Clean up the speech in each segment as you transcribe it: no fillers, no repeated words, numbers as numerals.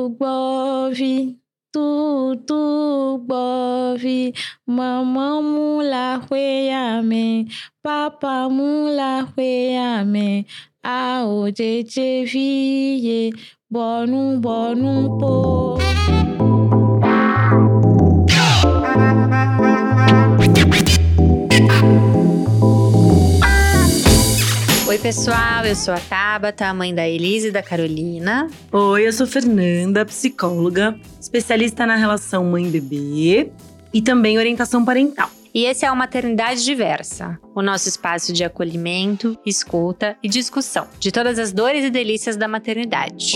bovi, tu bovi, mamãe mula hueyame, papa mula hueyame, a o jeje vie, bonu po. Oi, pessoal, eu sou a Tabata, a mãe da Elise e da Carolina. Oi, eu sou Fernanda, psicóloga, especialista na relação mãe-bebê e também orientação parental. E esse é o Maternidade Diversa, o nosso espaço de acolhimento, escuta e discussão de todas as dores e delícias da maternidade.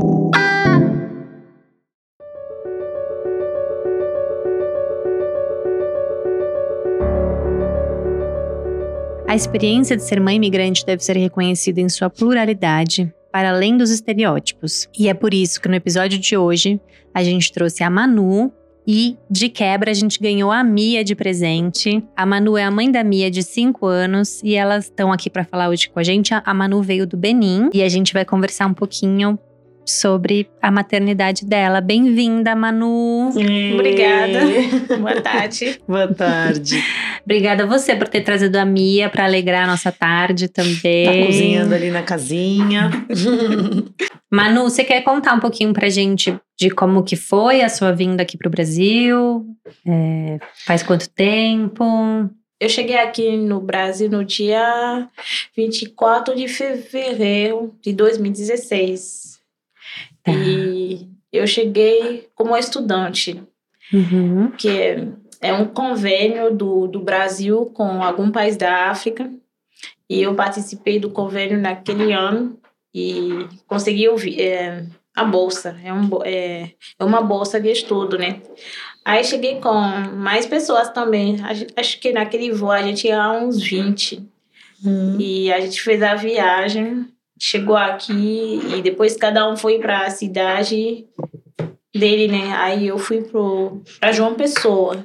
A experiência de ser mãe imigrante deve ser reconhecida em sua pluralidade, para além dos estereótipos. E é por isso que no episódio de hoje, a gente trouxe a Manu e, de quebra, a gente ganhou a Mia de presente. A Manu é a mãe da Mia de 5 anos e elas estão aqui para falar hoje com a gente. A Manu veio do Benin e a gente vai conversar um pouquinho sobre a maternidade dela. Bem-vinda, Manu! Obrigada. Boa tarde. Boa tarde. Obrigada a você por ter trazido a Mia para alegrar a nossa tarde também. Tá cozinhando ali na casinha. Manu, você quer contar um pouquinho pra gente de como que foi a sua vinda aqui pro Brasil? Faz quanto tempo? Eu cheguei aqui no Brasil no dia 24 de fevereiro de 2016. Tá. E eu cheguei como estudante, que é um convênio do Brasil com algum país da África. E eu participei do convênio naquele ano e consegui a bolsa. É uma bolsa de estudo, né? Aí cheguei com mais pessoas também. Acho que naquele voo a gente ia uns 20. E a gente fez a viagem, chegou aqui e depois cada um foi para a cidade dele, né? Aí eu fui pra João Pessoa.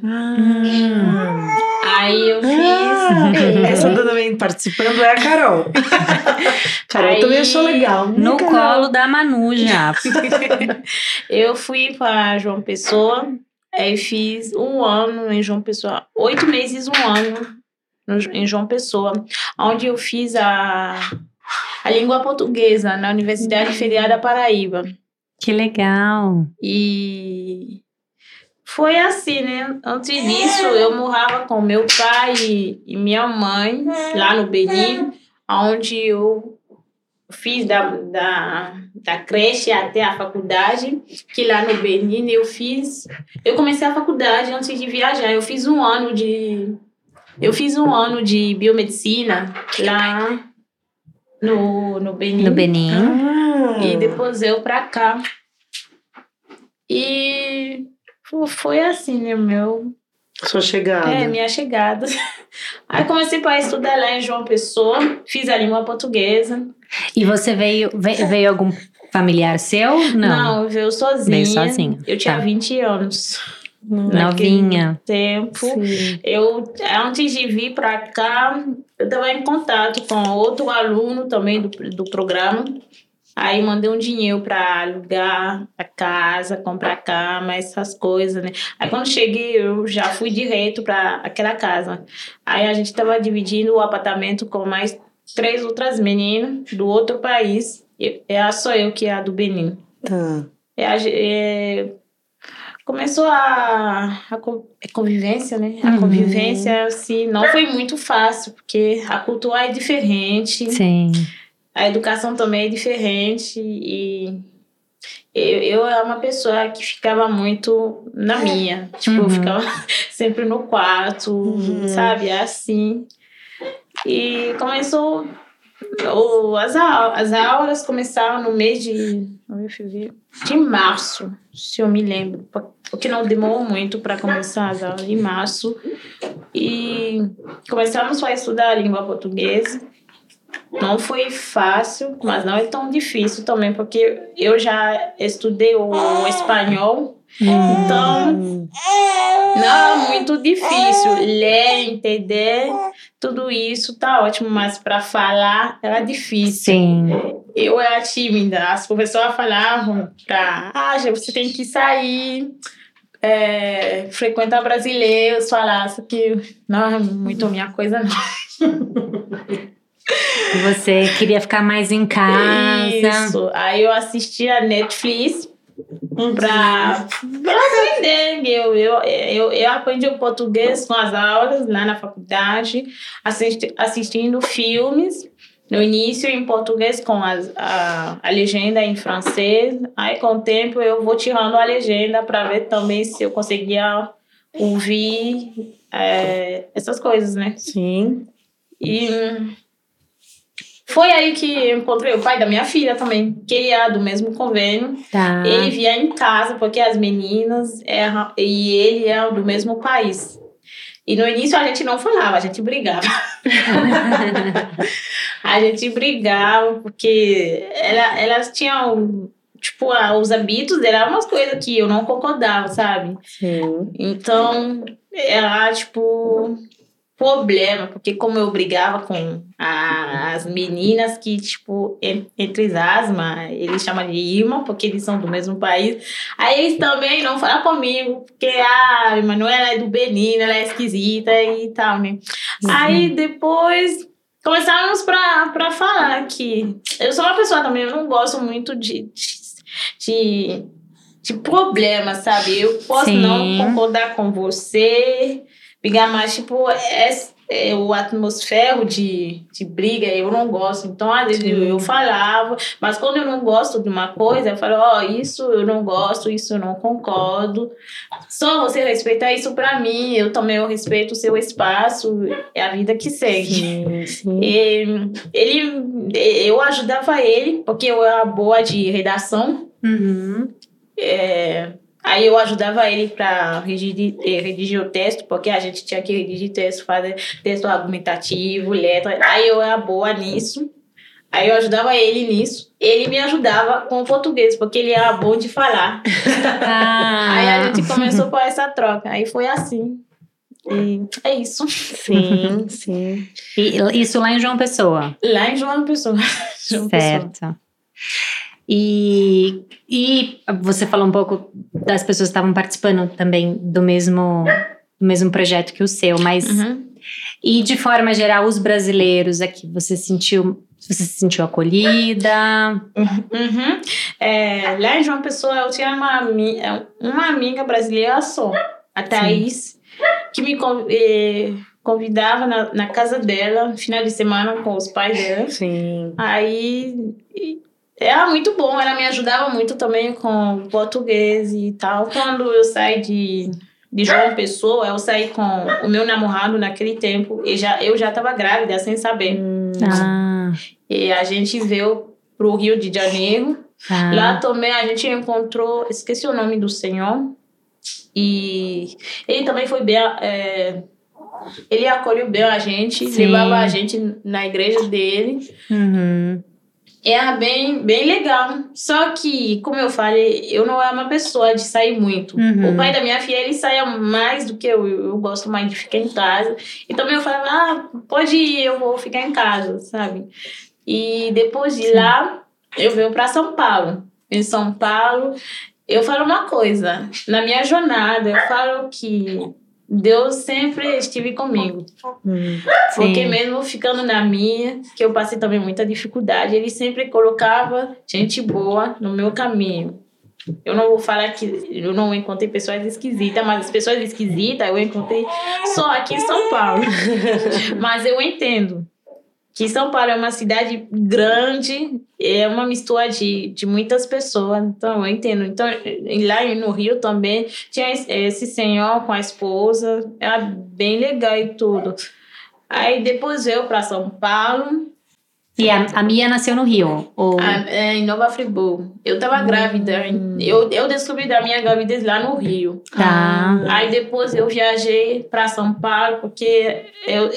Aí eu fiz... Essa também participando é a Carol. Carol também achou legal. No colo da Manu já. Eu fui pra João Pessoa, aí fiz 1 ano em João Pessoa. 8 meses, 1 ano em João Pessoa, onde eu fiz a língua portuguesa na Universidade Federal da Paraíba. Que legal! E foi assim, né? Antes disso, eu morava com meu pai e minha mãe lá no Benin, onde eu fiz da creche até a faculdade, que lá no Benin eu comecei a faculdade antes de viajar. Eu fiz 1 ano de biomedicina lá no Benin. No Benin. E depois eu pra cá. E foi assim, né, Sua chegada. minha chegada. Aí comecei para estudar lá em João Pessoa, fiz a língua portuguesa. E você veio algum familiar seu? Não, eu veio sozinha. Veio sozinha. Eu tinha Tá. 20 anos. Novinha. Tempo. Sim. Antes de vir para cá, eu estava em contato com outro aluno também do programa. Aí mandei um dinheiro para alugar a casa, comprar cama, essas coisas, né? Aí quando cheguei, eu já fui direto para aquela casa. Aí a gente estava dividindo o apartamento com mais 3 outras meninas do outro país. Só eu que é a do Benin. Tá. Começou a convivência, né? A convivência, assim, não foi muito fácil, porque a cultura é diferente. Sim. A educação também é diferente e eu era uma pessoa que ficava muito na minha. Tipo, eu ficava sempre no quarto, sabe? Assim. E começou... As aulas começaram no mês de março, se eu me lembro. Porque não demorou muito para começar as aulas, em março. E começamos a estudar a língua portuguesa. Não foi fácil, mas não é tão difícil também, porque eu já estudei o espanhol, então não é muito difícil. Ler, entender, tudo isso tá ótimo, mas para falar era difícil. Sim. eu era tímida. As professoras falavam você tem que sair, frequentar brasileiros, falasse que não é muito minha coisa, não. Você queria ficar mais em casa. Isso. Aí eu assisti a Netflix pra aprender. Eu aprendi o português com as aulas lá na faculdade, assistindo filmes. No início em português com a legenda em francês. Aí com o tempo eu vou tirando a legenda para ver também se eu conseguia ouvir essas coisas, né? Sim. E foi aí que eu encontrei o pai da minha filha também, que ele era do mesmo convênio. Tá. Ele via em casa, porque as meninas e ele eram do mesmo país. E no início a gente não falava, a gente brigava. A gente brigava porque elas tinham, tipo, os hábitos dela eram umas coisas que eu não concordava, sabe? Sim. Então, era, tipo, problema, porque como eu brigava com as meninas que, tipo, entre asma, eles chamam de irmã, porque eles são do mesmo país, aí eles também não falam comigo, porque a Emanuela é do Benin, ela é esquisita e tal, né? Uhum. Aí depois começamos pra falar que eu sou uma pessoa também, eu não gosto muito de problema, sabe? Eu posso não concordar com você, brigar mais, tipo, o atmosfera de briga, eu não gosto. Então, às vezes eu falava, mas quando eu não gosto de uma coisa, eu falo, isso eu não gosto, isso eu não concordo. Só você respeitar isso pra mim, eu também respeito o seu espaço, é a vida que segue. Sim. Eu ajudava ele, porque eu era boa de redação. Uhum. Aí eu ajudava ele para redigir o texto, porque a gente tinha que redigir texto, fazer texto argumentativo, letra. Aí eu era boa nisso. Aí eu ajudava ele nisso. Ele me ajudava com o português, porque ele era bom de falar. Aí a gente começou com essa troca. Aí foi assim. E é isso. Sim, sim. E isso lá em João Pessoa? Lá em João Pessoa. Certo. E você falou um pouco das pessoas que estavam participando também do mesmo projeto que o seu, mas e de forma geral os brasileiros aqui, você se sentiu acolhida? Lá em João Pessoa eu tinha uma amiga brasileira só, a Thaís, que me convidava na casa dela no final de semana com os pais dela. Sim. Aí era muito bom, ela me ajudava muito também com português e tal. Quando eu saí de João Pessoa, eu saí com o meu namorado naquele tempo. Eu já estava grávida, sem saber. E a gente veio pro Rio de Janeiro. Lá também a gente encontrou, esqueci o nome do senhor. E ele também foi bem... ele acolheu bem a gente, levava a gente na igreja dele. Era bem, bem legal. Só que, como eu falei, eu não era uma pessoa de sair muito. O pai da minha filha, ele saía mais do que eu. Eu gosto mais de ficar em casa. E também eu falava, pode ir, eu vou ficar em casa, sabe? E depois de lá, eu venho para São Paulo. Em São Paulo, eu falo uma coisa. Na minha jornada, eu falo que Deus sempre esteve comigo. Porque mesmo ficando na minha, que eu passei também muita dificuldade, ele sempre colocava gente boa no meu caminho. Eu não vou falar que eu não encontrei pessoas esquisitas, mas as pessoas esquisitas eu encontrei só aqui em São Paulo. Mas eu entendo que São Paulo é uma cidade grande, é uma mistura de muitas pessoas, então eu entendo. Então, lá no Rio também tinha esse senhor com a esposa, era bem legal e tudo. Aí depois veio para São Paulo. E a Mia nasceu no Rio? Ou... em Nova Friburgo. Eu estava grávida. Eu descobri da minha gravidez lá no Rio. Aí depois eu viajei para São Paulo, porque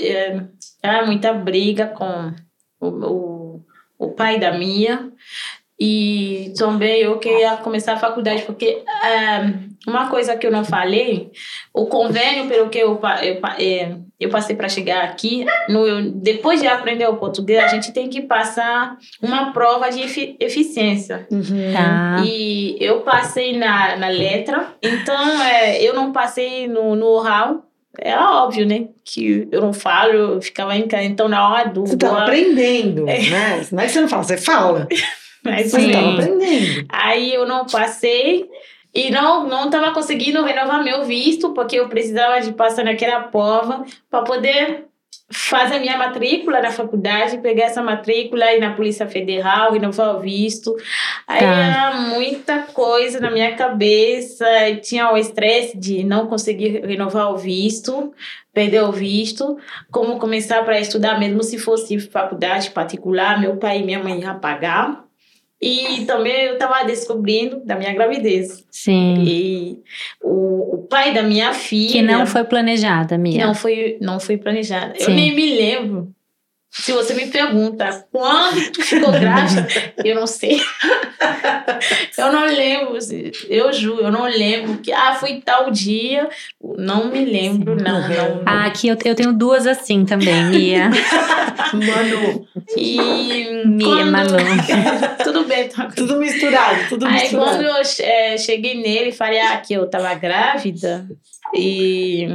era muita briga com o pai da Mia. E também eu queria começar a faculdade, porque uma coisa que eu não falei, o convênio pelo que eu passei para chegar aqui, depois de aprender o português, a gente tem que passar uma prova de eficiência. Tá. E eu passei na letra, então eu não passei no oral. Era óbvio, né? Que eu não falo, eu ficava em casa. Então, na hora do... Você estava aprendendo, né? Não é que você não fala, você fala. Mas você estava aprendendo. Aí eu não passei e não estava conseguindo renovar meu visto, porque eu precisava de passar naquela prova para poder fazer a minha matrícula na faculdade, pegar essa matrícula, ir na Polícia Federal, renovar o visto. Aí era muita coisa na minha cabeça, tinha o estresse de não conseguir renovar o visto, perder o visto, como começar para estudar, mesmo se fosse faculdade particular, meu pai e minha mãe iam pagar. E também eu estava descobrindo da minha gravidez. Sim. E o pai da minha filha... Que não foi planejada, Mia. Não foi planejada. Sim. Eu nem me lembro. Se você me pergunta quando tu ficou grávida, eu não sei. Eu não lembro, eu juro, eu não lembro. Foi tal dia, não me lembro, não. Aqui eu tenho duas assim também, Mia. Manu. E Mia, Manu. Tudo bem. Tudo misturado, Aí quando eu cheguei nele, falei que eu tava grávida e...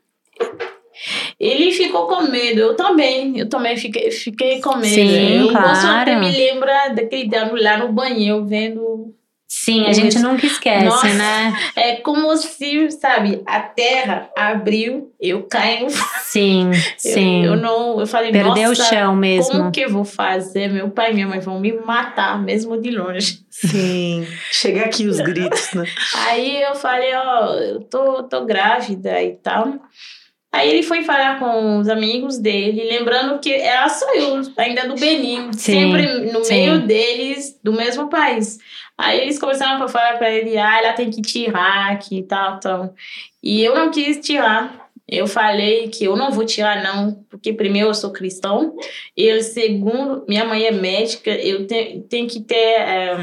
Ele ficou com medo, eu também fiquei com medo. Sim, claro. Posso até me lembrar daquele dia lá no banheiro, vendo... Sim, a gente nunca esquece, Nossa, né? É como se, sabe, a terra abriu, eu caio. Sim. Eu falei, perdeu nossa, o chão mesmo. Como que eu vou fazer? Meu pai e minha mãe vão me matar, mesmo de longe. Sim, chega aqui os gritos, né? Aí eu falei, eu tô grávida e tal. Aí ele foi falar com os amigos dele, lembrando que era só eu, ainda do Benin, sempre no meio deles, do mesmo país. Aí eles começaram a falar para ele, ela tem que tirar aqui e tal. E eu não quis tirar. Eu falei que eu não vou tirar não, porque primeiro eu sou cristão, e segundo, minha mãe é médica, eu tenho que ter...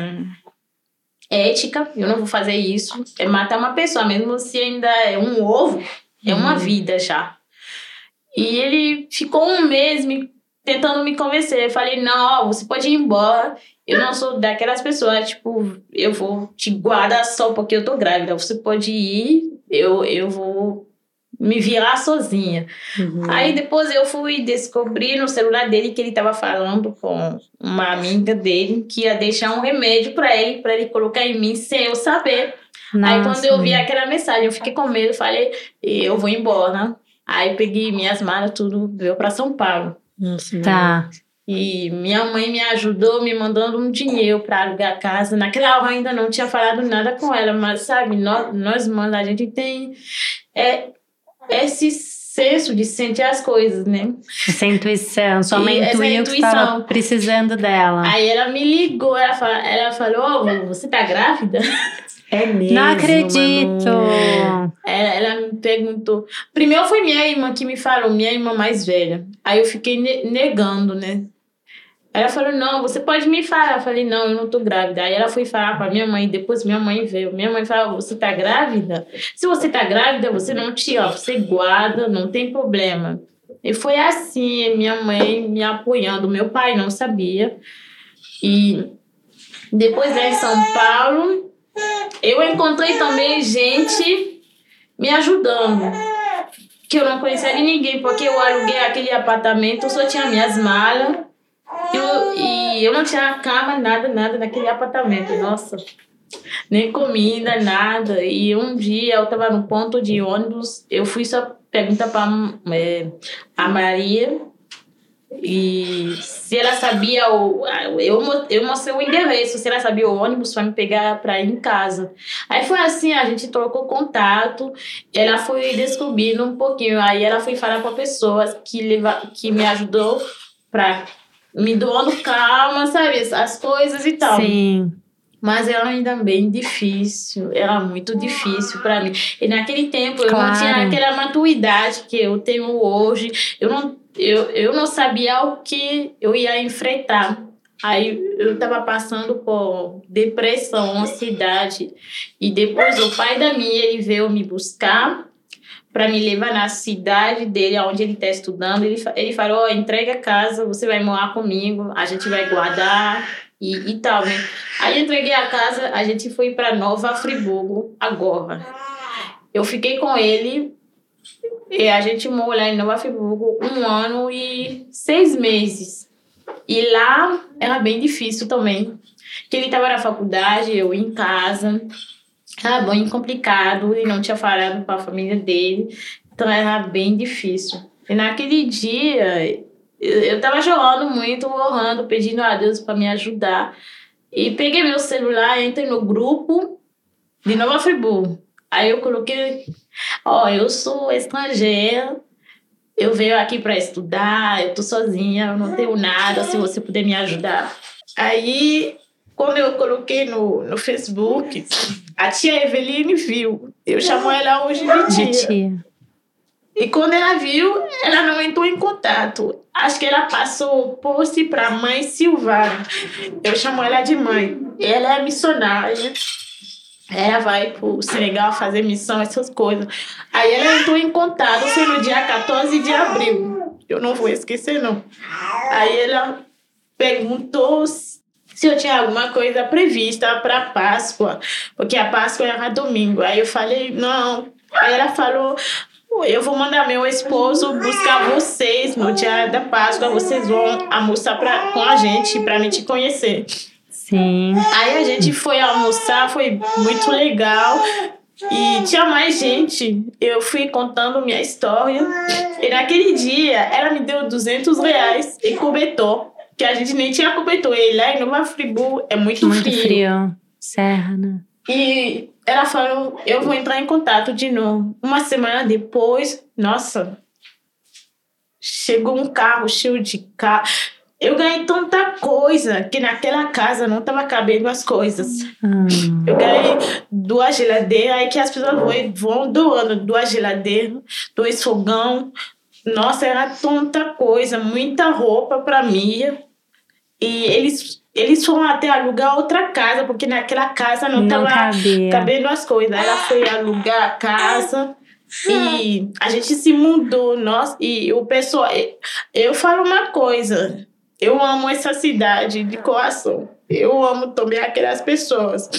ética, eu não vou fazer isso, é matar uma pessoa, mesmo se ainda é um ovo, é uma vida já. E ele ficou um mês tentando me convencer. Eu falei, não, você pode ir embora. Eu não sou daquelas pessoas, tipo, eu vou te guardar só porque eu tô grávida. Você pode ir, eu vou me virar sozinha. Aí depois eu fui descobrir no celular dele que ele tava falando com uma amiga dele que ia deixar um remédio para ele colocar em mim sem eu saber. Nossa. Aí quando eu vi aquela mensagem, eu fiquei com medo, falei, eu vou embora. Aí peguei minhas malas, tudo, veio para São Paulo. Nossa, tá. E minha mãe me ajudou, me mandando um dinheiro para alugar a casa. Naquela hora ainda não tinha falado nada com ela, mas sabe, nós mães, a gente tem esse senso de sentir as coisas, né? Essa intuição, sua mãe intuiu que estava precisando dela. Aí ela me ligou, ela falou, você tá grávida? É mesmo, não acredito. Ela me perguntou. Primeiro foi minha irmã que me falou, minha irmã mais velha. Aí eu fiquei negando, né? Ela falou, não, você pode me falar. Eu falei, não, eu não tô grávida. Aí ela foi falar pra minha mãe, depois minha mãe veio. Minha mãe falou, você tá grávida? Se você tá grávida, você não tira, você guarda, não tem problema. E foi assim, minha mãe me apoiando. Meu pai não sabia. E depois em São Paulo, eu encontrei também gente me ajudando. Que eu não conhecia de ninguém, porque eu aluguei aquele apartamento, só tinha minhas malas. E eu não tinha cama, nada naquele apartamento. Nossa, nem comida, nada. E um dia eu estava no ponto de ônibus, eu fui só perguntar para a Maria e se ela sabia eu mostrei o endereço, se ela sabia o ônibus para me pegar para ir em casa. Aí foi assim, a gente trocou contato, ela foi descobrindo um pouquinho, aí ela foi falar com a pessoa que me ajudou para me doando calma, sabe, as coisas e tal. Sim. Mas era ainda bem difícil, era muito difícil para mim. E naquele tempo eu não tinha aquela maturidade que eu tenho hoje. Eu não sabia o que eu ia enfrentar. Aí eu estava passando por depressão, ansiedade. E depois o pai da minha, ele veio me buscar para me levar na cidade dele, onde ele está estudando. Ele falou, entrega a casa, você vai morar comigo, a gente vai guardar e tal, né? Aí eu entreguei a casa, a gente foi para Nova Friburgo, agora. Eu fiquei com ele e a gente morou lá em Nova Friburgo 1 ano e 6 meses. E lá era bem difícil também. Porque ele estava na faculdade, eu em casa. Era bem complicado e não tinha falado com a família dele. Então era bem difícil. E naquele dia, eu estava chorando muito, orando, pedindo a Deus para me ajudar. E peguei meu celular, entrei no grupo de Nova Friburgo. Aí eu coloquei, eu sou estrangeira. Eu venho aqui para estudar, eu tô sozinha, eu não tenho nada, se você puder me ajudar. Aí, quando eu coloquei no Facebook, a tia Eveline viu. Eu chamo ela hoje de tia. E quando ela viu, ela não entrou em contato. Acho que ela passou o post para a mãe Silvana. Eu chamo ela de mãe. Ela é missionária. Ela vai pro Senegal fazer missão, essas coisas. Aí ela entrou em contato, foi no dia 14 de abril. Eu não vou esquecer, não. Aí ela perguntou se eu tinha alguma coisa prevista para Páscoa, porque a Páscoa era domingo. Aí eu falei, não. Aí ela falou, eu vou mandar meu esposo buscar vocês no dia da Páscoa, vocês vão almoçar com a gente para me te conhecer. Sim. Aí a gente foi almoçar, foi muito legal. E tinha mais gente. Eu fui contando minha história. E naquele dia, ela me deu R$200 e cobertor. Que a gente nem tinha cobertor. E lá em Nova Friburgo é muito frio. Muito frio. Serra, né? E ela falou, eu vou entrar em contato de novo. 1 semana depois, nossa, chegou um carro cheio de carro. Eu ganhei tanta coisa que naquela casa não estava cabendo as coisas. Eu ganhei 2 geladeiras, aí que as pessoas vão doando 2 geladeiras, 2 fogão. Nossa, era tanta coisa, muita roupa para mim. E eles foram até alugar outra casa, porque naquela casa não estava cabendo as coisas. Ela foi alugar a casa. E a gente se mudou. Nossa, e o pessoal... Eu falo uma coisa... Eu amo essa cidade de coração. Eu amo também aquelas pessoas.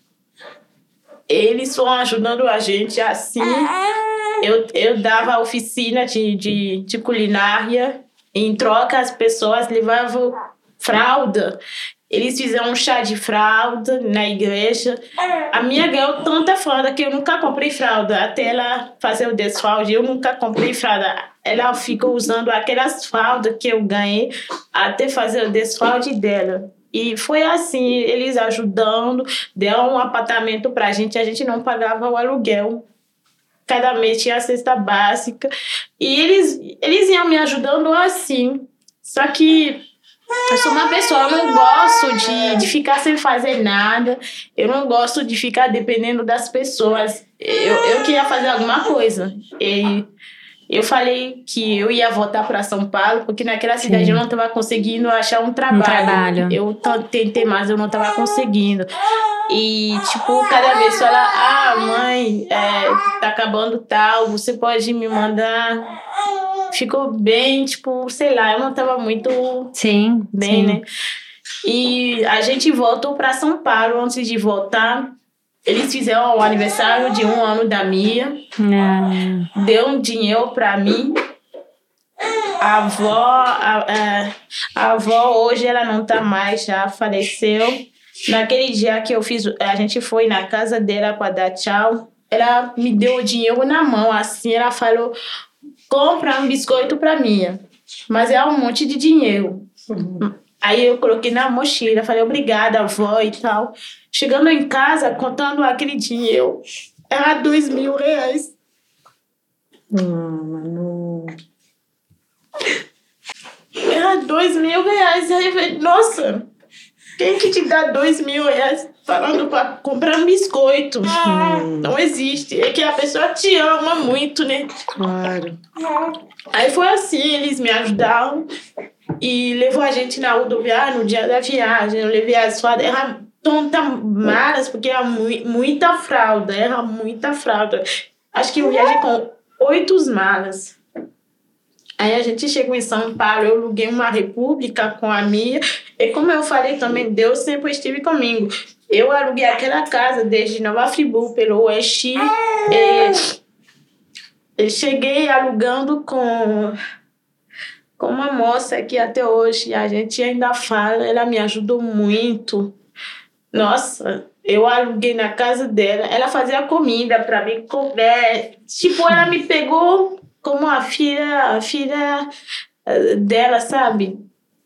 Eles foram ajudando a gente assim. Eu dava oficina de culinária. Em troca, as pessoas levavam fralda. Eles fizeram um chá de fralda na igreja. A minha ganhou tanta fralda que eu nunca comprei fralda. Até ela fazer o desfraude, eu nunca comprei fralda. Ela ficou usando aquelas fraldas que eu ganhei até fazer o desfraude dela. E foi assim, eles ajudando, deram um apartamento pra gente não pagava o aluguel. Cada mês tinha a cesta básica. E eles iam me ajudando assim. Só que eu sou uma pessoa, eu não gosto de ficar sem fazer nada. Eu não gosto de ficar dependendo das pessoas. Eu queria fazer alguma coisa. E eu falei que eu ia voltar para São Paulo, porque naquela cidade eu não estava conseguindo achar um trabalho. Eu tentei, mas eu não estava conseguindo. E, cada vez fala, mãe, tá acabando tal, você pode me mandar... Ficou bem, sei lá, eu não estava muito bem, né? E a gente voltou para São Paulo. Antes de voltar, eles fizeram o aniversário de 1 ano da Mia. Deu um dinheiro para mim. A avó hoje ela não tá mais, já faleceu. Naquele dia que a gente foi na casa dela para dar tchau. Ela me deu o dinheiro na mão, assim, ela falou... Compra um biscoito para mim, mas é um monte de dinheiro. Aí eu coloquei na mochila, falei obrigada, avó e tal. Chegando em casa, contando aquele dinheiro, era R$2.000. Mano. Era R$2.000. Aí eu falei, nossa, quem que te dá R$2.000 falando para comprar um biscoito? Não existe. É que a pessoa te ama muito, né? Claro. Aí foi assim, eles me ajudaram. e levou a gente na rodoviária no dia da viagem. Eu levei as fraldas, era tanta malas, porque era muita fralda, Acho que eu viajei com 8 malas. Aí a gente chegou em São Paulo, eu aluguei uma república com a minha. E como eu falei também, Deus sempre esteve comigo. Eu aluguei aquela casa desde Nova Friburgo, pelo Oeste. Eu cheguei alugando com uma moça que até hoje a gente ainda fala. Ela me ajudou muito. Nossa, eu aluguei na casa dela. Ela fazia comida para mim comer. Tipo, ela me pegou como a filha dela, sabe?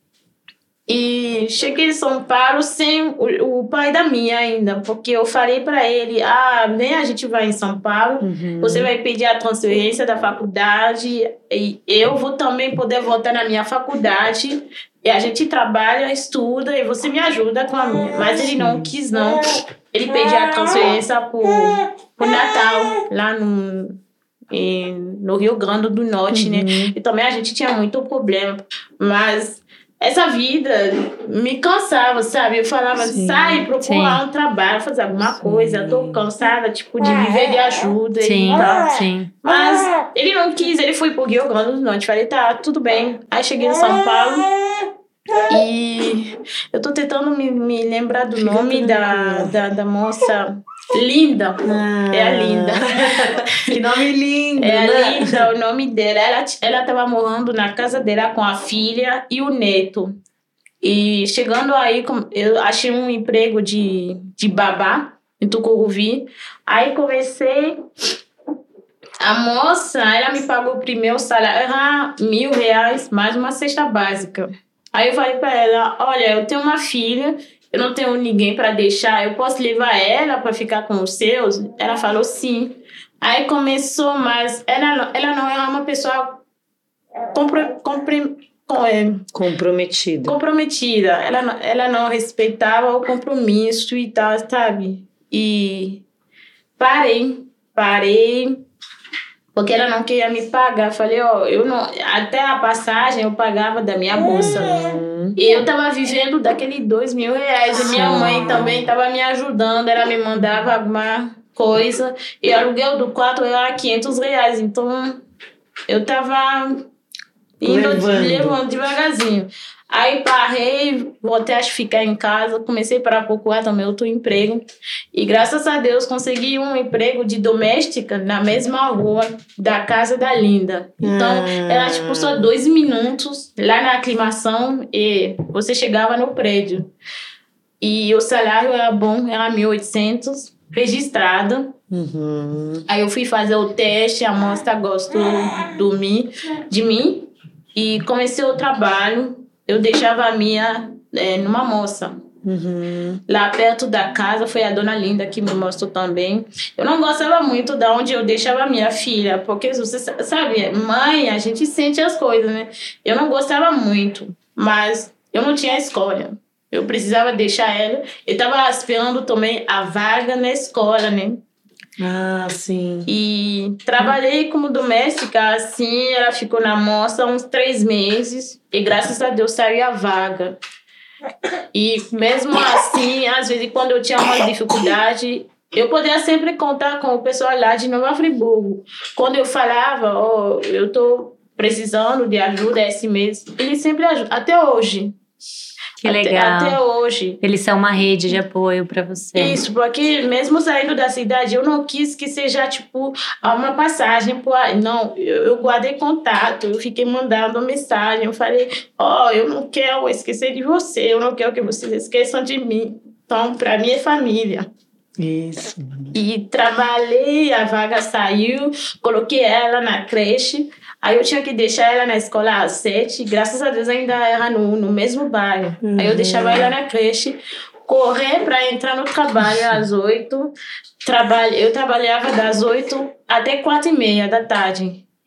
E cheguei em São Paulo sem o pai da minha ainda, porque eu falei para ele, nem a gente vai em São Paulo, você vai pedir a transferência da faculdade e eu vou também poder voltar na minha faculdade e a gente trabalha, estuda e você me ajuda com a minha. Mas ele não quis, não. Ele pediu a transferência por Natal, lá no Rio Grande do Norte, né? E também a gente tinha muito problema, mas essa vida me cansava, sabe? Eu falava, sai, procurar um trabalho, fazer alguma coisa. Eu tô cansada, tipo, de viver de ajuda e tal. Mas ele não quis, ele foi pro Rio Grande do Norte. Falei, tá, tudo bem. Aí cheguei em São Paulo e eu tô tentando me lembrar do nome da moça. Linda. É a Linda. Que nome lindo, É a Linda, o nome dela. Ela tava morando na casa dela com a filha e o neto. E chegando aí, eu achei um emprego de babá em Tucuruvi. Aí comecei. A moça, ela me pagou o primeiro salário, era R$1.000 mais uma cesta básica. Aí eu falei pra ela, olha, eu tenho uma filha, eu não tenho ninguém para deixar, eu posso levar ela para ficar com os seus? Ela falou sim. Aí começou, mas ela não era uma pessoa comprometida. Ela não respeitava o compromisso e tal, sabe? E parei, porque ela não queria me pagar. Falei, eu não, até a passagem eu pagava da minha bolsa. E eu tava vivendo daqueles R$2.000. E minha mãe também tava me ajudando. Ela me mandava alguma coisa. E o aluguel do quarto era R$500. Então, eu tava levando devagarzinho. Aí parei, voltei a ficar em casa, comecei para procurar também outro emprego. E graças a Deus consegui um emprego de doméstica na mesma rua da casa da Linda. Então era tipo só 2 minutos lá na aclimação e você chegava no prédio. E o salário era bom, era 1.800, registrada. Aí eu fui fazer o teste, a moça gostou de mim e comecei o trabalho. Eu deixava a minha numa moça. Lá perto da casa, foi a dona Linda que me mostrou também. Eu não gostava muito de onde eu deixava a minha filha, porque você sabe, mãe, a gente sente as coisas, né? Eu não gostava muito, mas eu não tinha escolha. Eu precisava deixar ela. Eu estava esperando também a vaga na escola, né? Sim. E trabalhei como doméstica, assim, ela ficou na moça uns 3 meses. E graças a Deus saiu a vaga. E mesmo assim, às vezes, quando eu tinha uma dificuldade, eu podia sempre contar com o pessoal lá de Nova Friburgo. Quando eu falava, eu tô precisando de ajuda esse mês, eles sempre ajudam, até hoje. Que legal. Até hoje. Eles são uma rede de apoio para você. Isso, porque mesmo saindo da cidade, eu não quis que seja, tipo, uma passagem. Não, eu guardei contato, eu fiquei mandando mensagem. Eu falei, eu não quero esquecer de você, eu não quero que vocês esqueçam de mim. Então, para mim é família. Isso. E trabalhei, a vaga saiu, coloquei ela na creche. Aí eu tinha que deixar ela na escola às 7. Graças a Deus ainda era no mesmo bairro. Aí eu deixava ela na creche, correr para entrar no trabalho às 8. Eu trabalhava das 8 até 4:30 da tarde.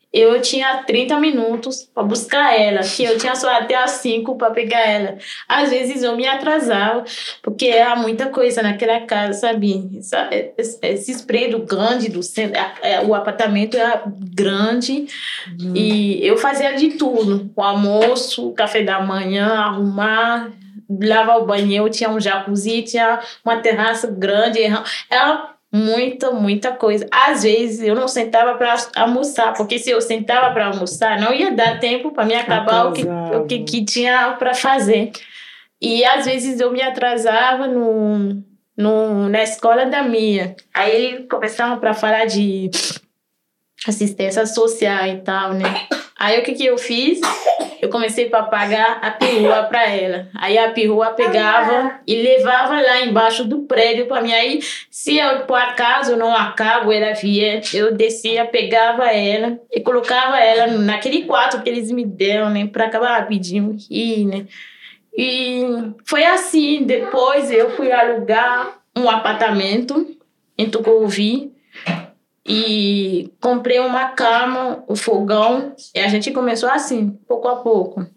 eu tinha 30 minutos para buscar ela, que eu tinha só até às 5 para pegar ela. Às vezes eu me atrasava, porque era muita coisa naquela casa, sabe? Esses prédios grandes do centro, o apartamento era grande e eu fazia de tudo: o almoço, o café da manhã, arrumar, lavar o banheiro, tinha um jacuzzi, tinha uma terraça grande, era muita coisa. Às vezes eu não sentava para almoçar, porque se eu sentava para almoçar, não ia dar tempo para me acabar o que tinha para fazer. E às vezes eu me atrasava na escola da minha. Aí eles começavam para falar de assistência social e tal, né? Aí o que eu fiz? Eu comecei para pagar a perua para ela. Aí a perua pegava e levava lá embaixo do prédio para mim. Aí, se eu, por acaso, não acabo, ela via, eu descia, pegava ela e colocava ela naquele quarto que eles me deram, né? Para acabar rapidinho aqui, né? E foi assim. Depois eu fui alugar um apartamento em Tucuruvi. E comprei uma cama, um fogão, e a gente começou assim, pouco a pouco.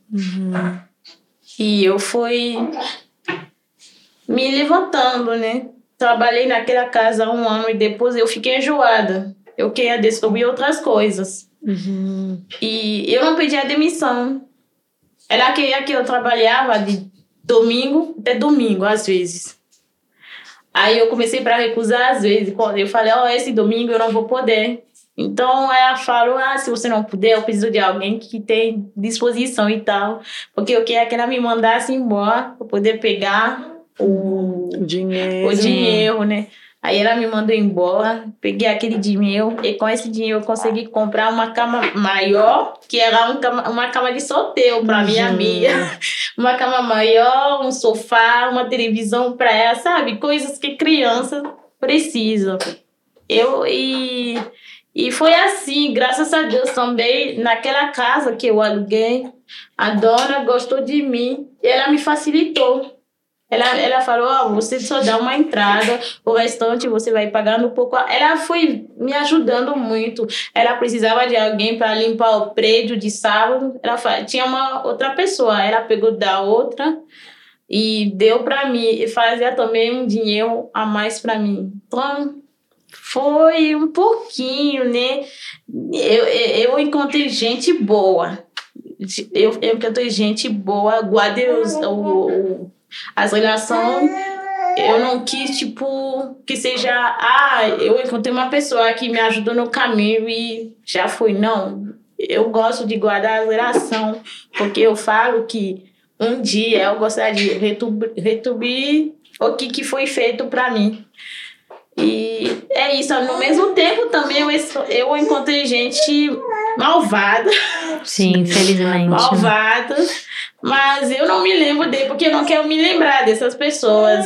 E eu fui me levantando, né? Trabalhei naquela casa 1 ano e depois eu fiquei enjoada. Eu queria descobrir outras coisas. E eu não pedi a demissão. Ela queria que eu trabalhava de domingo até domingo, às vezes. Aí eu comecei para recusar às vezes. Eu falei, esse domingo eu não vou poder. Então ela falou, se você não puder, eu preciso de alguém que tem disposição e tal. Porque eu queria que ela me mandasse embora para poder pegar o dinheiro, né? Aí ela me mandou embora, peguei aquele dinheiro e com esse dinheiro eu consegui comprar uma cama maior, que era uma cama de solteiro para minha amiga. Uma cama maior, um sofá, uma televisão para ela, sabe? Coisas que criança precisa. E foi assim, graças a Deus também, naquela casa que eu aluguei, a dona gostou de mim e ela me facilitou. Ela falou, você só dá uma entrada, o restante você vai pagando um pouco. Ela foi me ajudando muito. Ela precisava de alguém para limpar o prédio de sábado. Tinha uma outra pessoa, ela pegou da outra e deu para mim. E fazia também um dinheiro a mais para mim. Então, foi um pouquinho, né? Eu encontrei gente boa. Eu encontrei gente boa, guardei as relações. Eu não quis, que seja... eu encontrei uma pessoa que me ajudou no caminho e já foi. Não, eu gosto de guardar as relações, porque eu falo que um dia eu gostaria de retribuir o que foi feito para mim. E é isso. No mesmo tempo também eu encontrei gente malvada. Sim, infelizmente. Malvada. Mas eu não me lembro dele, porque eu não quero me lembrar dessas pessoas.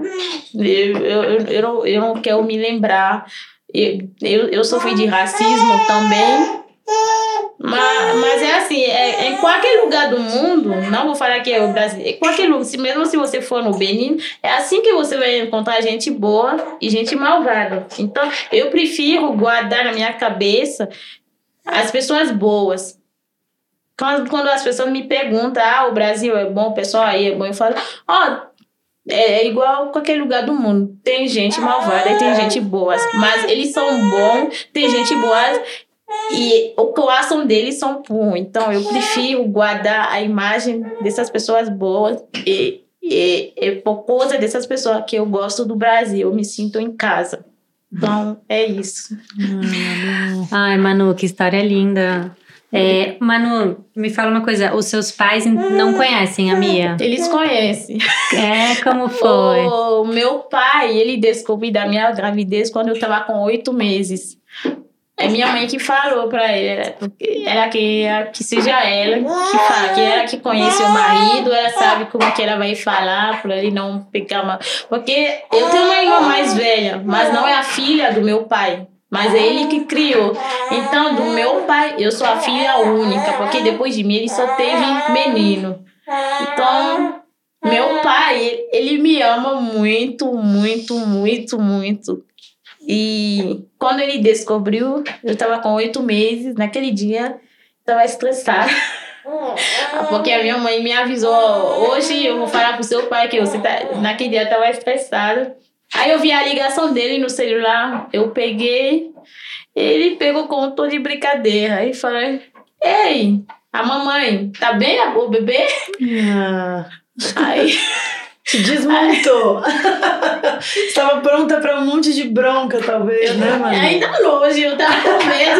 Eu não quero me lembrar. Eu sofri de racismo também. Mas é assim, em qualquer lugar do mundo, não vou falar que é o Brasil, em qualquer lugar, mesmo se você for no Benin, é assim que você vai encontrar gente boa e gente malvada. Então, eu prefiro guardar na minha cabeça as pessoas boas. Quando as pessoas me perguntam, o Brasil é bom, o pessoal aí é bom, eu falo, é igual qualquer lugar do mundo. Tem gente malvada e tem gente boa. Mas eles são bons, tem gente boa e o coração deles são puros. Então, eu prefiro guardar a imagem dessas pessoas boas e por causa dessas pessoas que eu gosto do Brasil, eu me sinto em casa. Então, é isso. Ai, Manu, que história linda. Manu, me fala uma coisa, os seus pais não conhecem a Mia? Eles conhecem. Como foi? O meu pai, ele descobriu da minha gravidez quando eu estava com 8 meses. É minha mãe que falou pra ele, ela queria que seja ela que fala, que ela que conhece o marido, ela sabe como que ela vai falar pra ele não pegar uma... Porque eu tenho uma irmã mais velha, mas não é a filha do meu pai, mas é ele que criou. Então, do meu pai, eu sou a filha única, porque depois de mim ele só teve menino. Então, meu pai, ele me ama muito, muito, muito, muito. E quando ele descobriu, eu estava com 8 meses. Naquele dia, eu estava estressada. Porque a minha mãe me avisou, hoje eu vou falar pro seu pai que você tá... Naquele dia eu estava estressada. Aí eu vi a ligação dele no celular, eu peguei, ele pegou com um tom de brincadeira. Aí falei, ei, a mamãe, tá bem o bebê? Aí... Te desmontou. Estava pronta para um monte de bronca, talvez, né, Manu? Ainda longe, eu tava com medo.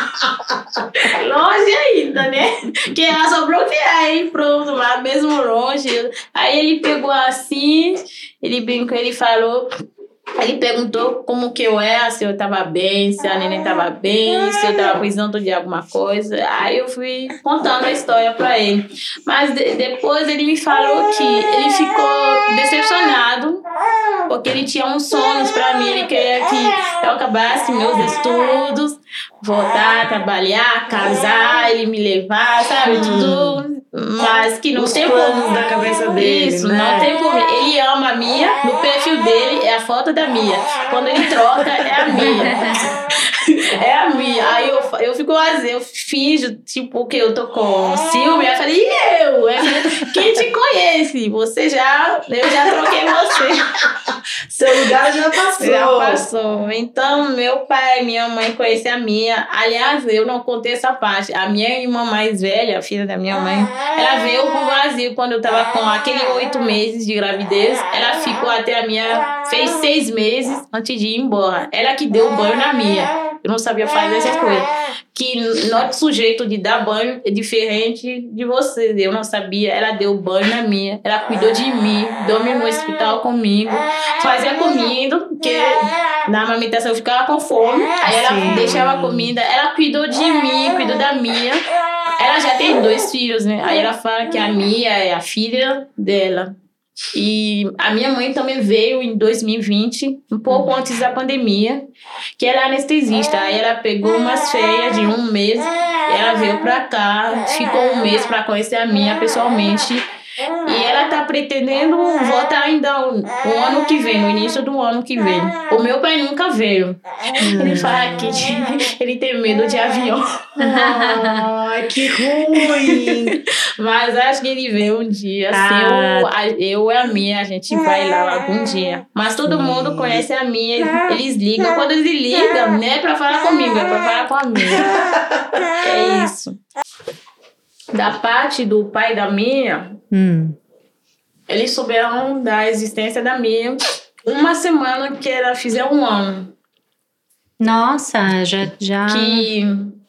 Longe ainda, né? Que ela só bloquear, hein? Pronto, lá mesmo longe. Aí ele pegou assim, ele brincou, ele falou... Ele perguntou como que eu era, se eu tava bem, se a neném tava bem, se eu tava precisando de alguma coisa. Aí eu fui contando a história pra ele. Mas depois ele me falou que ele ficou decepcionado, porque ele tinha uns sonhos pra mim. Ele queria que eu acabasse meus estudos, voltar a trabalhar, casar, ele me levar, sabe? Tudo... Mas que não os tem planos da cabeça dele, isso, né? não tem problema. Ele ama a Mia, no perfil dele é a foto da Mia. Quando ele troca, é a Mia. É a Mia. Aí eu fico assim, eu finjo, tipo, que eu tô com ciúme. Aí eu falei, e eu? Quem te conhece? Eu já troquei você. Seu lugar já passou. Já passou. Então, meu pai e minha mãe conhecem a Mia. Aliás, eu não contei essa parte. A minha irmã mais velha, a filha da minha mãe, ela veio pro Brasil quando eu tava com aquele 8 meses de gravidez. Ela ficou até a Mia, fez 6 meses antes de ir embora. Ela que deu banho na Mia. Eu não sabia fazer essas coisas. Que nosso jeito de dar banho é diferente de vocês. Eu não sabia. Ela deu banho na Mia. Ela cuidou de mim. Dormiu no hospital comigo. Fazia comida. Porque na amamentação eu ficava com fome. Aí ela deixava a comida. Ela cuidou de mim. Cuidou da Mia. Ela já tem 2 filhos, né? Aí ela fala que a Mia é a filha dela. E a minha mãe também veio em 2020, um pouco antes da pandemia, que ela é anestesista. Aí ela pegou umas férias de 1 mês, ela veio pra cá, ficou 1 mês pra conhecer a Mia pessoalmente. E ela tá pretendendo voltar ainda o ano que vem, no início do ano que vem. O meu pai nunca veio. Ele fala que ele tem medo de avião. Ai, que ruim! Mas acho que ele veio um dia. Assim, eu e a Mia, a gente vai lá algum dia. Mas todo mundo conhece a Mia. Eles ligam. Quando eles ligam, não é pra falar comigo, é pra falar com a Mia. É isso. Da parte do pai da Mia, eles souberam da existência da Mia 1 semana que ela fizer 1 ano. Nossa, já... Que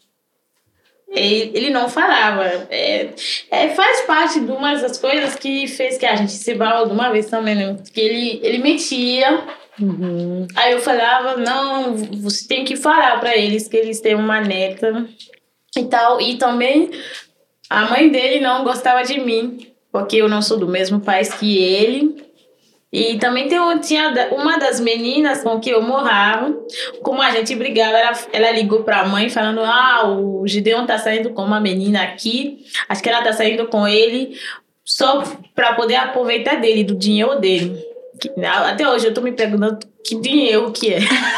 ele não falava. Faz parte de uma das coisas que fez que a gente se separou de uma vez também, né? Que ele mentia. Aí eu falava, não, você tem que falar pra eles que eles têm uma neta e tal. E também... A mãe dele não gostava de mim, porque eu não sou do mesmo país que ele. E também tinha uma das meninas com que eu morava. Como a gente brigava, ela ligou pra mãe falando, o Gideon tá saindo com uma menina aqui. Acho que ela tá saindo com ele só pra poder aproveitar dele, do dinheiro dele. Até hoje eu tô me perguntando que dinheiro que é.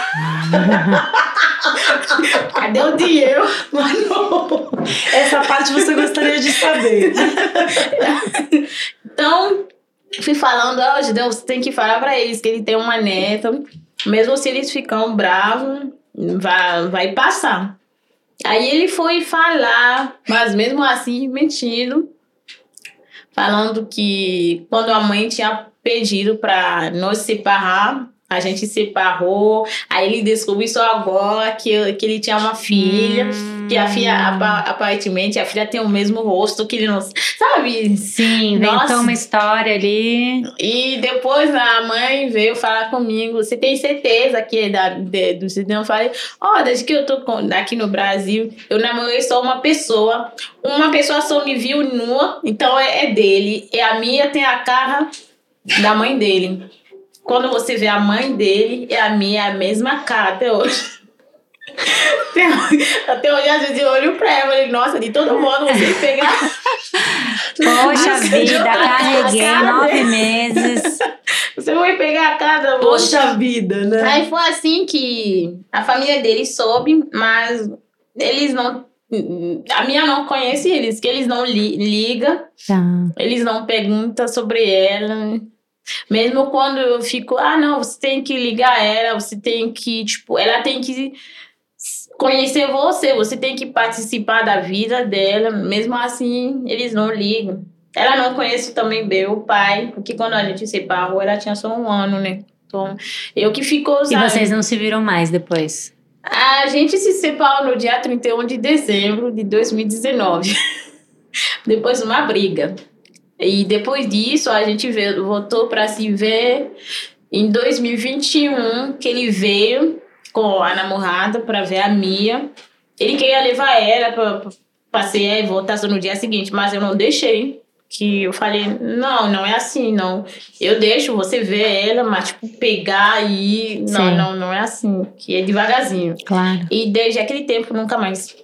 Cadê o dinheiro? Mano, essa parte você gostaria de saber. Então, fui falando, Deus, você tem que falar pra eles que ele tem uma neta. Mesmo se eles ficam bravos, vai passar. Aí ele foi falar, mas mesmo assim mentindo, falando que quando a mãe tinha pedido pra nós separar, a gente separou. Aí ele descobriu só agora que ele tinha uma filha, que a filha, aparentemente, a filha tem o mesmo rosto que ele não... Sabe? Sim, inventou uma história ali. E depois a mãe veio falar comigo, você tem certeza que é do Gideon? Eu falei, desde que eu tô aqui no Brasil, eu namorei só uma pessoa só me viu nua, então é dele. E a minha tem a cara da mãe dele. Quando você vê a mãe dele e a minha é a mesma cara até hoje. Até hoje, às vezes, eu olho pra ela e falei, nossa, de todo mundo você pegar. Poxa vida, carreguei 9 meses. Você vai pegar a casa, Poxa vida, né? Aí foi assim que a família deles soube, mas eles não... A minha não conhece eles, que eles não ligam, eles não perguntam sobre ela. Mesmo quando eu fico, não, você tem que ligar ela, você tem que, tipo, ela tem que conhecer você tem que participar da vida dela. Mesmo assim, eles não ligam. Ela não conhece também bem o pai, porque quando a gente se separou, ela tinha só 1 ano, né? Então, eu que ficou, sabe? E vocês não se viram mais depois? A gente se separou no dia 31 de dezembro de 2019. Depois de uma briga. E depois disso, a gente voltou para se ver em 2021, que ele veio com a namorada para ver a Mia. Ele queria levar ela para passear e voltar só no dia seguinte, mas eu não deixei. Que eu falei, não é assim, não. Eu deixo você ver ela, mas tipo, pegar e... Não é assim, que é devagarzinho. Claro. E desde aquele tempo, nunca mais.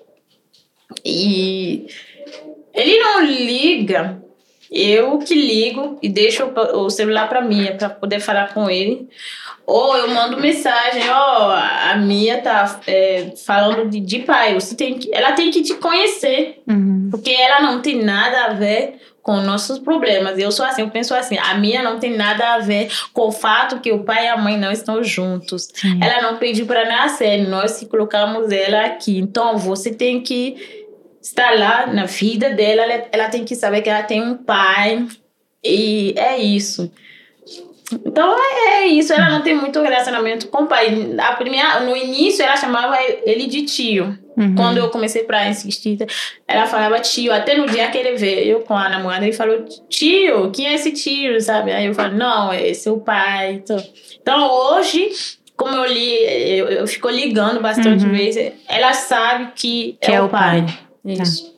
E ele não liga, eu que ligo e deixo o celular pra Mia, pra poder falar com ele. Ou eu mando mensagem, a Mia tá falando de pai, ela tem que te conhecer. Porque ela não tem nada a ver com nossos problemas. Eu sou assim, eu penso assim, a Mia não tem nada a ver com o fato que o pai e a mãe não estão juntos. Sim. Ela não pediu para nascer, nós colocamos ela aqui. Então, você tem que estar lá na vida dela, ela tem que saber que ela tem um pai, e é isso. Então, é isso. Ela não tem muito relacionamento com o pai. No início, ela chamava ele de tio. Quando eu comecei pra insistir, ela falava tio. Até no dia que ele veio com a namorada, ele falou, tio, quem é esse tio, sabe? Aí eu falo, não, é seu pai. Então hoje, como eu fico ligando bastante vezes, ela sabe que é o pai. Isso.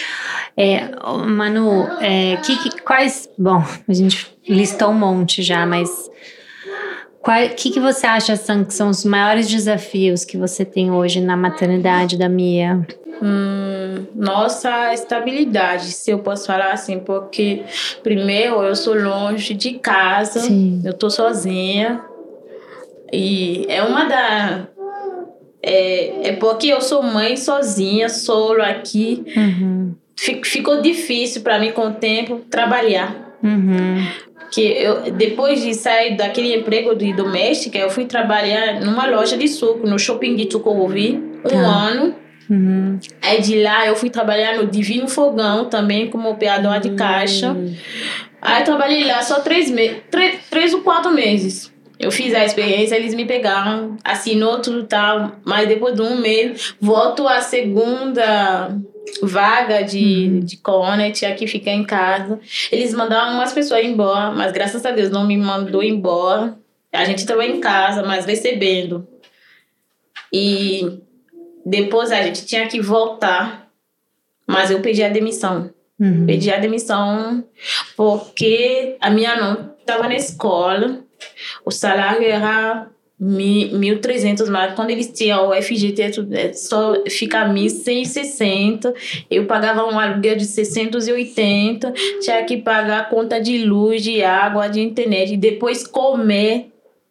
Manu, quais... Bom, a gente listou um monte já, mas... O que você acha que são os maiores desafios que você tem hoje na maternidade da Mia? Nossa estabilidade, se eu posso falar assim, porque primeiro eu sou longe de casa. Sim. Eu tô sozinha e porque eu sou mãe sozinha, solo aqui. Ficou difícil para mim com o tempo trabalhar. Que depois de sair daquele emprego de doméstica, eu fui trabalhar numa loja de suco, no shopping de Tucuruvi, um ano. Aí de lá eu fui trabalhar no Divino Fogão também como operadora de caixa. Aí eu trabalhei lá só 3 ou 4 meses. Eu fiz a experiência, eles me pegaram, assinou tudo e tal, mas depois de 1 mês volto à segunda vaga de corona, tinha que ficar em casa. Eles mandaram umas pessoas embora, mas graças a Deus não me mandou embora. A gente estava em casa, mas recebendo. E depois a gente tinha que voltar, mas eu pedi a demissão. Pedi a demissão porque a minha não estava na escola, o salário era 1.300, mas quando eles tinham o FGTS só fica 1.160, eu pagava um aluguel de 680, tinha que pagar a conta de luz, de água, de internet, e depois comer.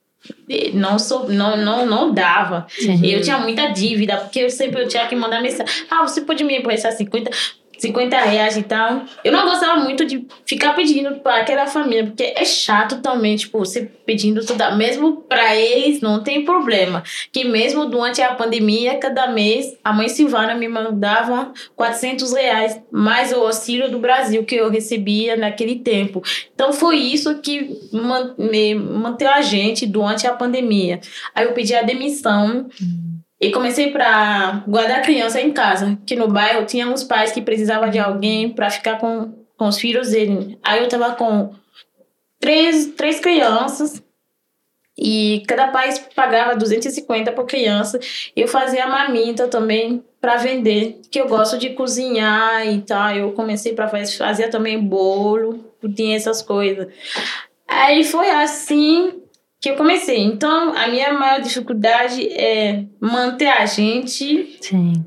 Não dava. Eu tinha muita dívida, porque eu tinha que mandar mensagem, você pode me emprestar 50 reais e tal. Eu não gostava muito de ficar pedindo para aquela família, porque é chato também, tipo, você pedindo tudo. Mesmo para eles não tem problema, que mesmo durante a pandemia, cada mês a mãe Silvana me mandava 400 reais, mais o auxílio do Brasil que eu recebia naquele tempo. Então foi isso que manteve a gente durante a pandemia. Aí eu pedi a demissão e comecei para guardar a criança em casa, que no bairro tinha uns pais que precisavam de alguém para ficar com os filhos dele. Aí eu tava com três crianças e cada pai pagava 250 por criança. Eu fazia marmita também para vender, que eu gosto de cozinhar e tal. Eu comecei para fazer também bolo, pudim, essas coisas. Aí foi assim que eu comecei. Então, a minha maior dificuldade é manter a gente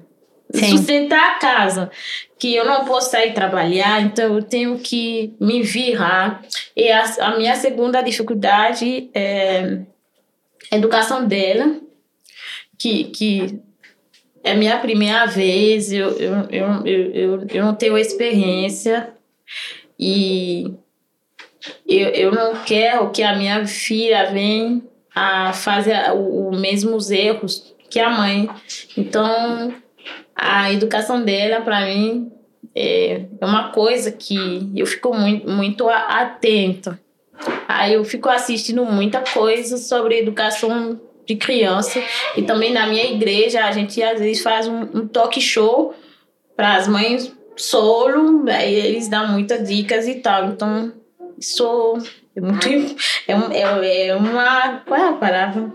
sustentar a casa, que eu não posso sair trabalhar, então eu tenho que me virar. E a minha segunda dificuldade é a educação dela, que é a minha primeira vez, eu não tenho experiência e eu não quero que a minha filha venha a fazer os mesmos erros que a mãe. Então, a educação dela, para mim, é uma coisa que eu fico muito atenta. Aí eu fico assistindo muita coisa sobre educação de criança. E também na minha igreja, a gente às vezes faz um talk show para as mães solo, aí eles dão muitas dicas e tal. Então, isso é muito... É uma... Qual é a palavra?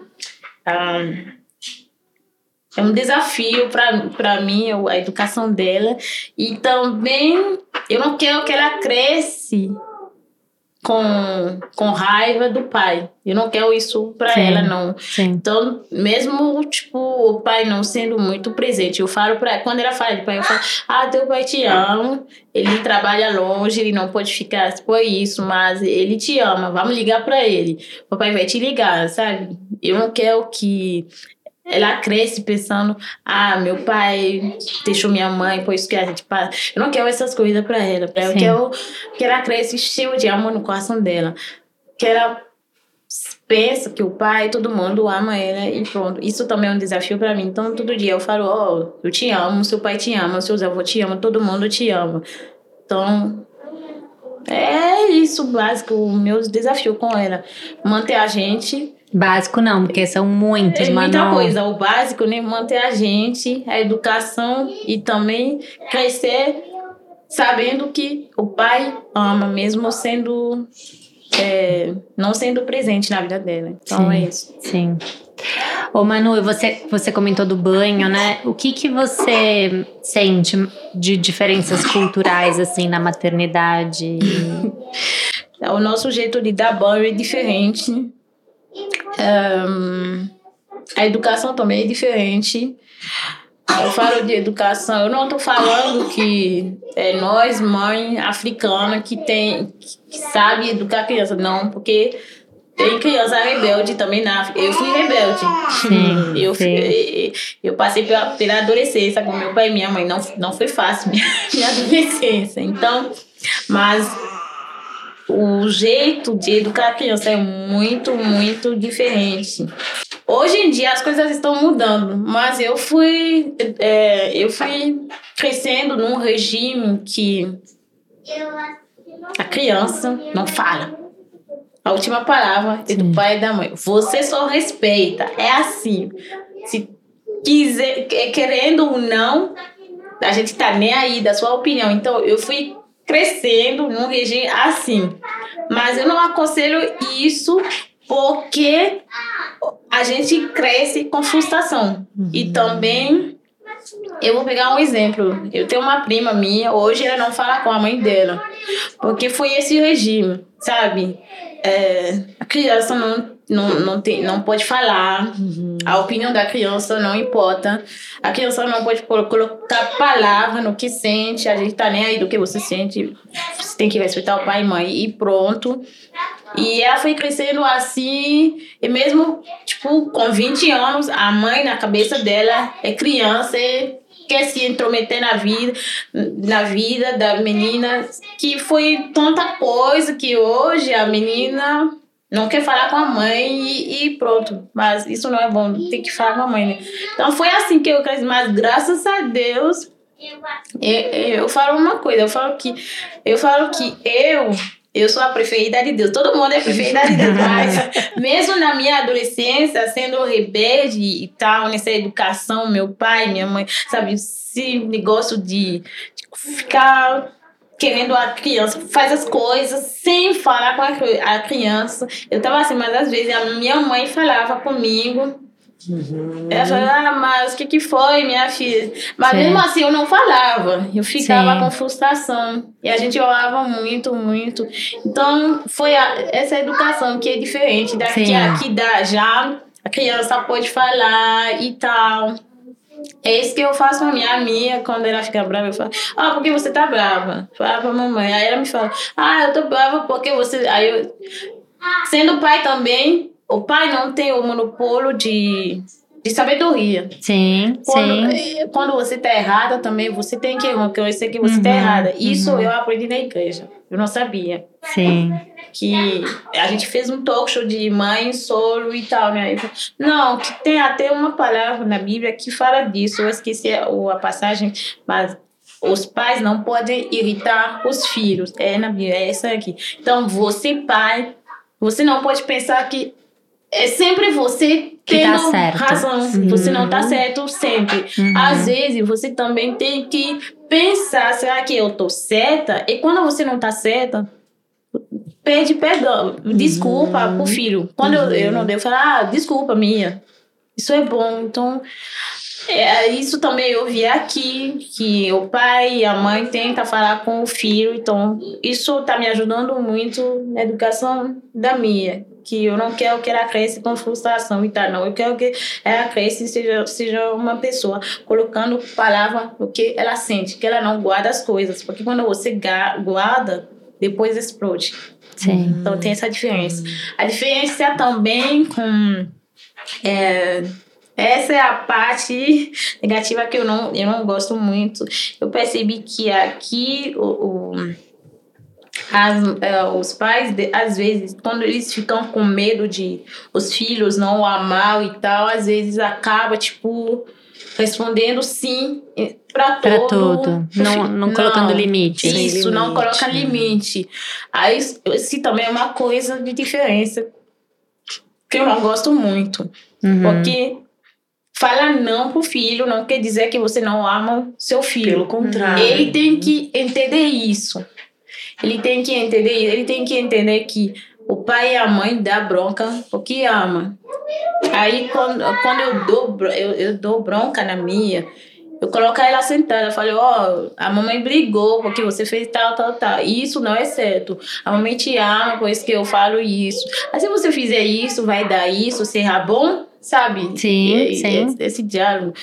É um desafio para mim, a educação dela. E também, eu não quero que ela cresça com raiva do pai. Eu não quero isso para ela, não. Sim. Então, mesmo, tipo, o pai não sendo muito presente, eu falo para ela, quando ela fala de pai, eu falo, teu pai te ama, ele trabalha longe, ele não pode ficar por isso, mas ele te ama, vamos ligar para ele. O papai vai te ligar, sabe? Eu não quero que ela cresce pensando, meu pai deixou minha mãe, por isso que a gente passa. Eu não quero essas coisas pra ela. Eu quero que ela cresça cheia de amor no coração dela. Que ela pensa que o pai, todo mundo ama ela e pronto. Isso também é um desafio pra mim. Então, todo dia eu falo, eu te amo, seu pai te ama, seus avós te amam, todo mundo te ama. Então, é isso básico, o meu desafio com ela. Manter a gente... Básico não, porque são muitos, muita coisa. O básico, né? Manter a gente, a educação e também crescer sabendo que o pai ama, mesmo sendo não sendo presente na vida dela. Então é isso. Sim. Ô Manu, você comentou do banho, né? O que você sente de diferenças culturais assim na maternidade? O nosso jeito de dar banho é diferente. A educação também é diferente. Eu falo de educação, eu não estou falando que nós, mãe africana, que sabe educar criança, não, porque tem criança rebelde também na África. Eu fui rebelde. Eu passei pela adolescência com meu pai e minha mãe. Não foi fácil minha adolescência. Então, mas o jeito de educar a criança é muito, muito diferente. Hoje em dia as coisas estão mudando, mas eu fui crescendo num regime que a criança não fala. A última palavra é do pai e da mãe. Você só respeita. É assim. Se quiser, querendo ou não, a gente tá nem aí da sua opinião. Então, eu fui crescendo num regime assim. Mas eu não aconselho isso porque a gente cresce com frustração. E também, eu vou pegar um exemplo. Eu tenho uma prima minha, hoje ela não fala com a mãe dela. Porque foi esse regime, sabe? A criança não pode falar, a opinião da criança não importa, a criança não pode colocar palavra no que sente, a gente tá nem aí do que você sente, você tem que respeitar o pai e mãe e pronto. E ela foi crescendo assim, e mesmo tipo, com 20 anos, a mãe na cabeça dela é criança e quer se intrometer na vida da menina, que foi tanta coisa que hoje a menina não quer falar com a mãe e pronto. Mas isso não é bom, tem que falar com a mãe, né? Então foi assim que eu cresci, mas graças a Deus, eu falo uma coisa, eu falo que eu sou a preferida de Deus. Todo mundo é preferida de Deus. Mas mesmo na minha adolescência, sendo rebelde e tal, nessa educação, meu pai, minha mãe, sabe, esse negócio de ficar querendo a criança, faz as coisas sem falar com a criança. Eu tava assim, mas às vezes a minha mãe falava comigo. Ela falava, mas o que foi, minha filha? Mas mesmo assim eu não falava, eu ficava com frustração e a gente orava muito, muito. Então foi essa educação que é diferente daqui aqui já a criança pode falar e tal. É isso que eu faço com a minha amiga, quando ela fica brava, eu falo, por que você tá brava? Fala pra mamãe. Aí ela me fala, eu tô brava porque você... Aí eu, sendo pai também, o pai não tem o monopólio de sabedoria. Sim, quando você tá errada também, você tem que reconhecer que você tá errada. Isso eu aprendi na igreja. Eu não sabia. Sim. Que a gente fez um talk show de mãe solo e tal, né? Não, que tem até uma palavra na Bíblia que fala disso. Eu esqueci a passagem, mas os pais não podem irritar os filhos. É na Bíblia, é essa aqui. Então, você, pai, você não pode pensar que é sempre você tendo razão. Você não tá certo sempre. Às vezes, você também tem que pensar, será que eu tô certa? E quando você não tá certa, pede perdão, desculpa pro filho. Quando eu não dei, eu falo, desculpa, minha. Isso é bom. Então, isso também eu vi aqui, que o pai e a mãe tentam falar com o filho. Então, isso tá me ajudando muito na educação da minha. Que eu não quero que ela cresça com frustração e tal, não. Eu quero que ela cresça e seja uma pessoa colocando palavra no que ela sente, que ela não guarda as coisas. Porque quando você guarda, depois explode. Sim. Então tem essa diferença. A diferença também com... essa é a parte negativa que eu não gosto muito. Eu percebi que aqui os pais, às vezes, quando eles ficam com medo de os filhos não amar e tal, às vezes acaba, respondendo sim para tudo. Não colocando limite. Isso, não coloca limite. Aí, isso também é uma coisa de diferença que eu não gosto muito. Porque falar não pro filho não quer dizer que você não ama seu filho. Pelo contrário. Ele tem que entender isso. Ele tem que entender que o pai e a mãe dão bronca porque ama. Aí, quando eu dou bronca na minha, eu coloco ela sentada. Eu falo, a mamãe brigou porque você fez tal. E isso não é certo. A mamãe te ama, por isso que eu falo isso. Mas se você fizer isso, vai dar isso, será bom? Sabe? Sim. Esse diálogo.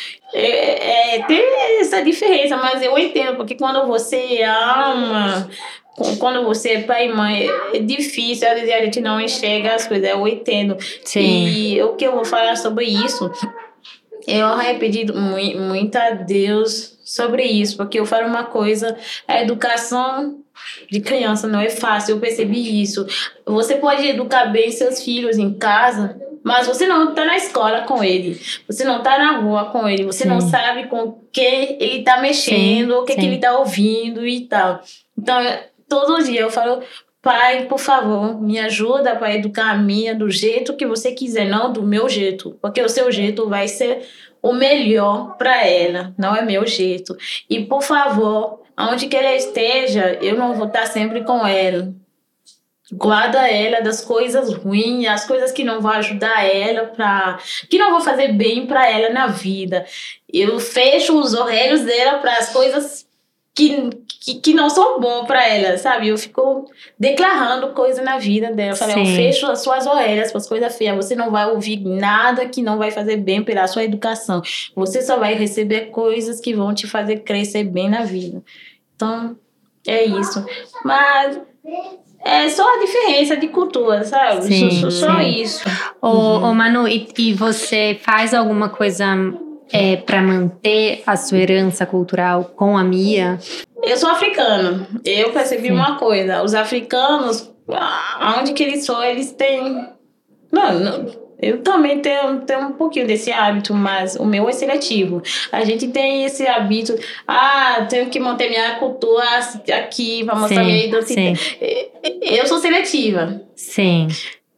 Tem essa diferença, mas eu entendo, porque quando você ama... Quando você é pai e mãe, é difícil, às vezes a gente não enxerga as coisas, eu entendo. Sim. E o que eu vou falar sobre isso, eu arrependi muito a Deus sobre isso, porque eu falo uma coisa, a educação de criança não é fácil, eu percebi isso. Você pode educar bem seus filhos em casa, mas você não está na escola com ele, você não está na rua com ele, você não sabe com quem ele está mexendo, o que ele está ouvindo e tal. Então, todo dia eu falo, pai, por favor, me ajuda para educar a minha do jeito que você quiser, não do meu jeito. Porque o seu jeito vai ser o melhor para ela, não é meu jeito. E, por favor, aonde que ela esteja, eu não vou estar sempre com ela. Guarda ela das coisas ruins, as coisas que não vão ajudar ela, que não vão fazer bem para ela na vida. Eu fecho os olhos dela para as coisas que não são bom para ela, sabe? Eu fico declarando coisa na vida dela. Eu falei, eu fecho as suas orelhas para as coisas feias. Você não vai ouvir nada que não vai fazer bem pela sua educação. Você só vai receber coisas que vão te fazer crescer bem na vida. Então, é isso. Mas é só a diferença de cultura, sabe? Só isso. Ô, Manu, e você faz alguma coisa... para manter a sua herança cultural com a Mia? Eu sou africana. Eu percebi uma coisa. Os africanos, aonde que eles são, eles têm... Não, eu também tenho um pouquinho desse hábito, mas o meu é seletivo. A gente tem esse hábito, tenho que manter minha cultura aqui para mostrar minha identidade. Eu sou seletiva. Sim.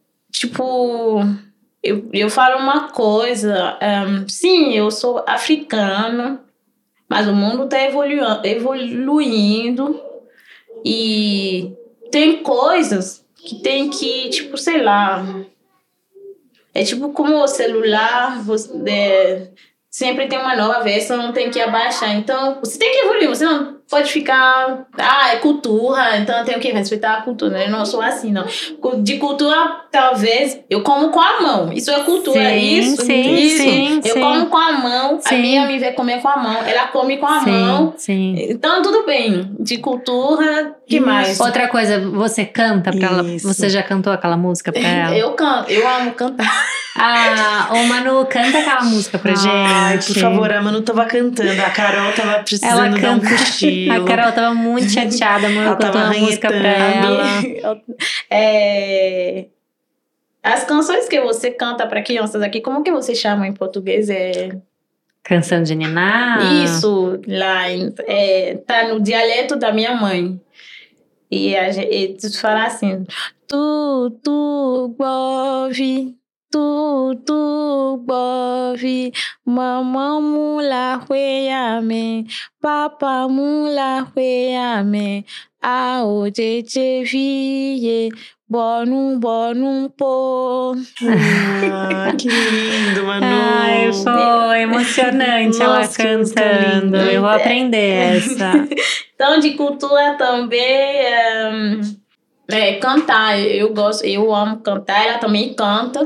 Eu falo uma coisa, sim, eu sou africana, mas o mundo está evoluindo e tem coisas que tem que, sei lá, é como o celular, sempre tem uma nova versão, tem que abaixar. Então, você tem que evoluir, você não pode ficar... é cultura, então eu tenho que respeitar a cultura, né? Eu não sou assim, não. De cultura, talvez, eu como com a mão. Isso é cultura, isso. Eu como com a mão, a minha me vê comer com a mão, ela come com a mão. Sim. Então, tudo bem. De cultura, que mais? Outra coisa, você canta pra ela? Você já cantou aquela música pra ela? Eu canto, eu amo cantar. Ô Manu, canta aquela música pra gente. Ai, por favor, a Manu tava cantando. A Carol tava precisando dar um cochilo. A Carol tava muito chateada, a Manu cantou uma música pra ela. As canções que você canta pra crianças aqui, como que você chama em português? Canção de ninar? Isso, lá tá no dialeto da minha mãe. E tu fala assim: tu bove, tu bove, mamãe mula hueyame, papa mula hueyame, ao jeje vie, bonum po. Que lindo, Manu. Ai, foi emocionante ela cantando. Eu vou aprender essa. Então, de cultura também, cantar. Eu amo cantar, ela também canta.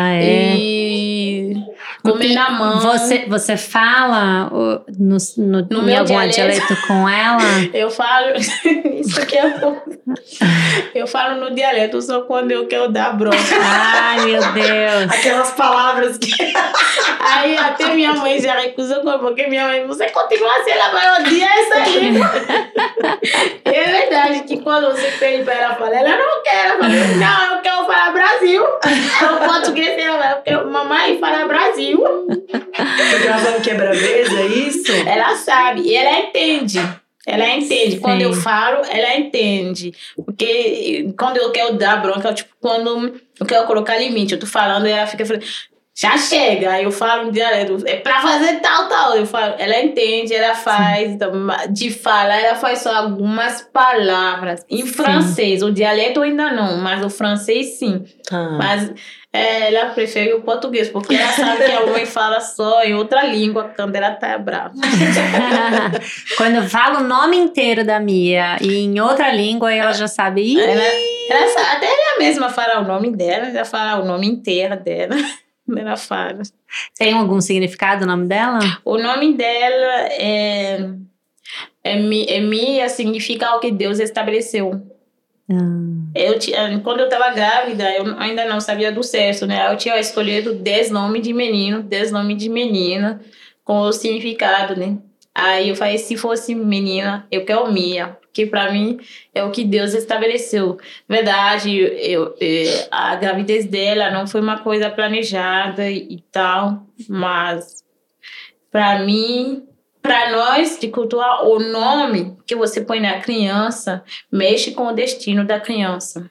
E comer na mão. Você fala no em meu algum dialeto com ela? Eu falo, isso aqui é bom. Eu falo no dialeto só quando eu quero dar bronca. Ai, meu Deus. Aquelas palavras que... Aí até minha mãe já recusou, porque minha mãe, você continua assim, ela vai odiar essa língua. É verdade que quando você pede pra ela falar, ela não quer. Ela fala, não, eu quero falar Brasil. O português, eu quero mamãe falar Brasil. Porque ela vai um quebra-mesa, é isso? Ela sabe, e ela entende. Ela entende. Sim. Quando eu falo, ela entende. Porque quando eu quero dar bronca, quando eu quero colocar limite, eu tô falando, ela fica falando, já chega. Aí eu falo um dialeto, é pra fazer tal. Eu falo, ela entende, ela faz. Então, de falar, ela faz só algumas palavras. Em francês, o dialeto ainda não, mas o francês sim. Mas ela prefere o português, porque ela sabe que a mãe fala só em outra língua quando ela tá brava. Quando eu falo o nome inteiro da Mia e em outra língua, ela já sabe. Ela sabe, até ela mesma fala o nome dela, já fala o nome inteiro dela. Ela fala. Tem algum significado o nome dela? O nome dela Mia, significa o que Deus estabeleceu. Quando eu tava grávida, eu ainda não sabia do sexo, né? Eu tinha escolhido 10 nomes de menino, 10 nomes de menina, com o significado, né? Aí eu falei, se fosse menina, eu quero Mia, porque pra mim é o que Deus estabeleceu. Verdade, a gravidez dela não foi uma coisa planejada e tal, mas pra mim, pra nós de cultura, o nome que você põe na criança mexe com o destino da criança.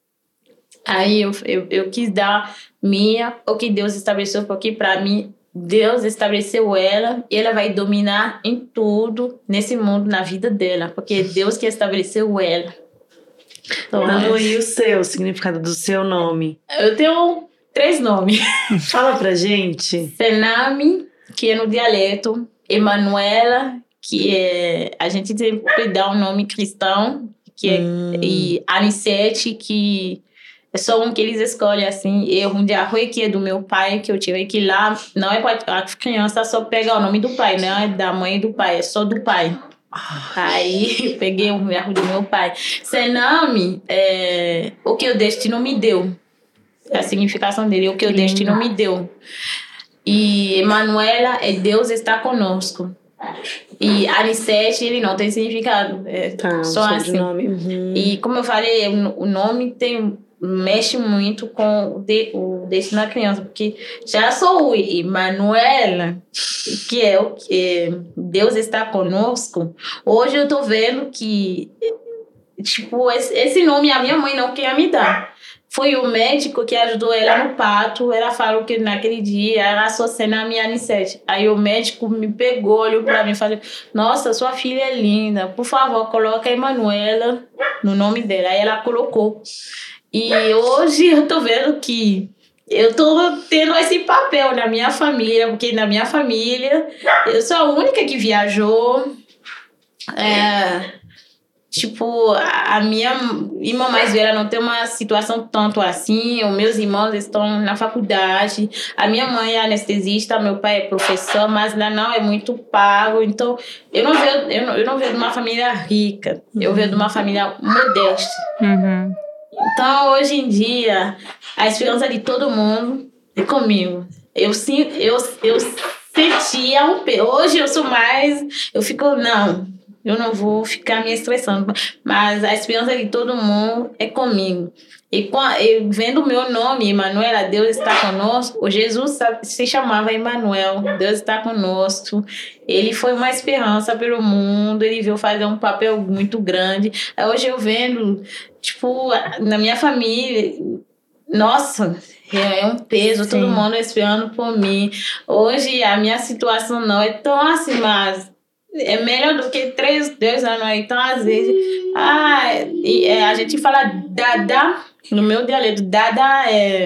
Aí eu quis dar Mia, o que Deus estabeleceu, porque pra mim Deus estabeleceu ela e ela vai dominar em tudo nesse mundo, na vida dela, porque é Deus que estabeleceu ela. Então, Manu, e o significado do seu nome? Eu tenho 3 nomes. Fala pra gente. Senami, que é no dialeto, Emanuela, que é... A gente sempre dá um nome cristão, que é... E Anicete, que... É só um que eles escolhem, assim. E Rundiarrui, que é do meu pai, que eu tive que lá... Não é pra... A criança só pega o nome do pai, não é da mãe e do pai, é só do pai. Aí eu peguei o Rundiarrui do meu pai. Senami é o que o destino me deu. A significação dele, o que o destino me deu. E Emanuela é Deus está conosco. E Anicete, ele não tem significado. Só assim. E como eu falei, o nome mexe muito com o destino da criança, porque já sou Emanuela, que é o que Deus está conosco. Hoje eu tô vendo que esse nome a minha mãe não queria me dar. Foi o médico que ajudou ela no parto. Ela falou que naquele dia ela associou a minha Anicete. Aí o médico me pegou, olhou pra mim e falou: nossa, sua filha é linda, por favor, coloca a Emanuela no nome dela. Aí ela colocou. E hoje eu tô vendo que eu tô tendo esse papel na minha família, porque na minha família eu sou a única que viajou. Tipo, a minha irmã mais velha não tem uma situação tanto assim. Os meus irmãos estão na faculdade. A minha mãe é anestesista, meu pai é professor, mas lá não é muito pago. Então, eu não venho de uma família rica. Eu venho de uma família modesta. Uhum. Então, hoje em dia, a esperança de todo mundo é comigo. Eu sentia um peso. Hoje eu sou mais... Eu fico, não, eu não vou ficar me estressando. Mas a esperança de todo mundo é comigo. E vendo o meu nome, Emanuela, Deus está conosco. O Jesus se chamava Emanuel, Deus está conosco. Ele foi uma esperança pelo mundo, ele veio fazer um papel muito grande. Hoje eu vendo, tipo, na minha família, nossa, é um peso, todo mundo esperando por mim. Hoje a minha situação não é tão assim, mas é melhor do que 2 anos aí. Então, às vezes, a gente fala dada. No meu dialeto, dada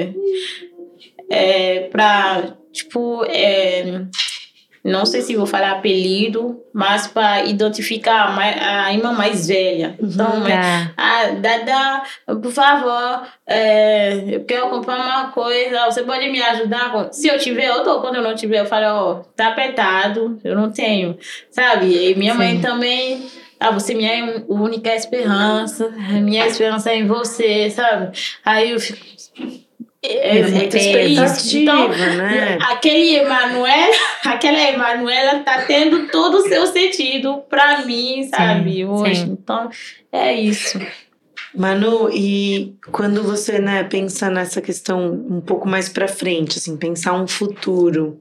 pra, tipo, não sei se vou falar apelido, mas para identificar a irmã mais velha. Então, dada, por favor, eu quero comprar uma coisa, você pode me ajudar? Se eu tiver, quando eu não tiver, eu falo, tá apertado, eu não tenho, sabe? E minha mãe também... você é minha única esperança. Minha esperança é em você, sabe? Aí eu fico... muita expectativa, então, né? Aquela Emanuela tá tendo todo o seu sentido pra mim, sabe? Hoje. Sim. Então, é isso. Manu, e quando você, né, pensa nessa questão um pouco mais pra frente, assim, pensar um futuro,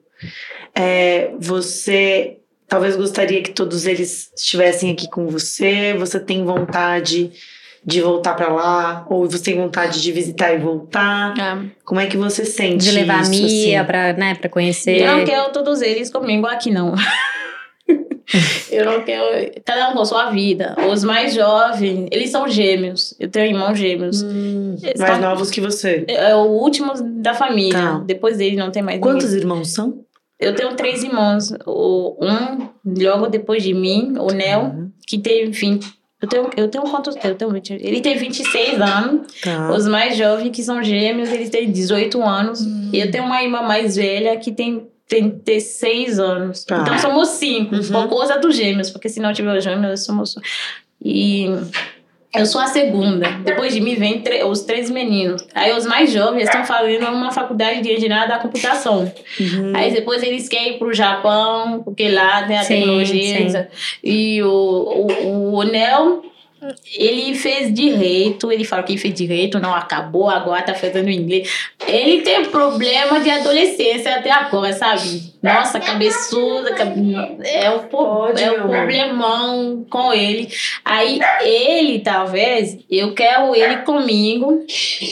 você... Talvez gostaria que todos eles estivessem aqui com você. Você tem vontade de voltar para lá? Ou você tem vontade de visitar e voltar? Como é que você sente de levar isso, a Mia assim? pra conhecer? Eu não quero todos eles comigo aqui, não. Eu não quero... Cada um com sua vida. Os mais jovens, eles são gêmeos. Eu tenho irmãos gêmeos. Mais novos que você? É o último da família. Tá. Depois dele não tem mais Quantos ninguém. irmãos são? Eu tenho 3 irmãos. Um, logo depois de mim, o Nel, que tem 20. Eu tenho quantos? Eu tenho 20. Ele tem 26 anos. Tá. Os mais jovens, que são gêmeos, eles têm 18 anos. E eu tenho uma irmã mais velha, que tem 36 anos. Tá. Então somos 5. Por causa dos gêmeos, porque se não tiver os gêmeos, somos... E... eu sou a segunda. Depois de mim vem os 3 meninos. Aí os mais jovens estão fazendo uma faculdade de engenharia da computação. Aí depois eles querem ir pro Japão, porque lá tem a tecnologia. Sim. E o Nel, ele fez direito. Ele falou que ele fez direito, não acabou, agora tá fazendo inglês. Ele tem problema de adolescência até agora, sabe? Nossa, cabeçuda, é um problemão com ele. Aí ele, talvez, eu quero ele comigo,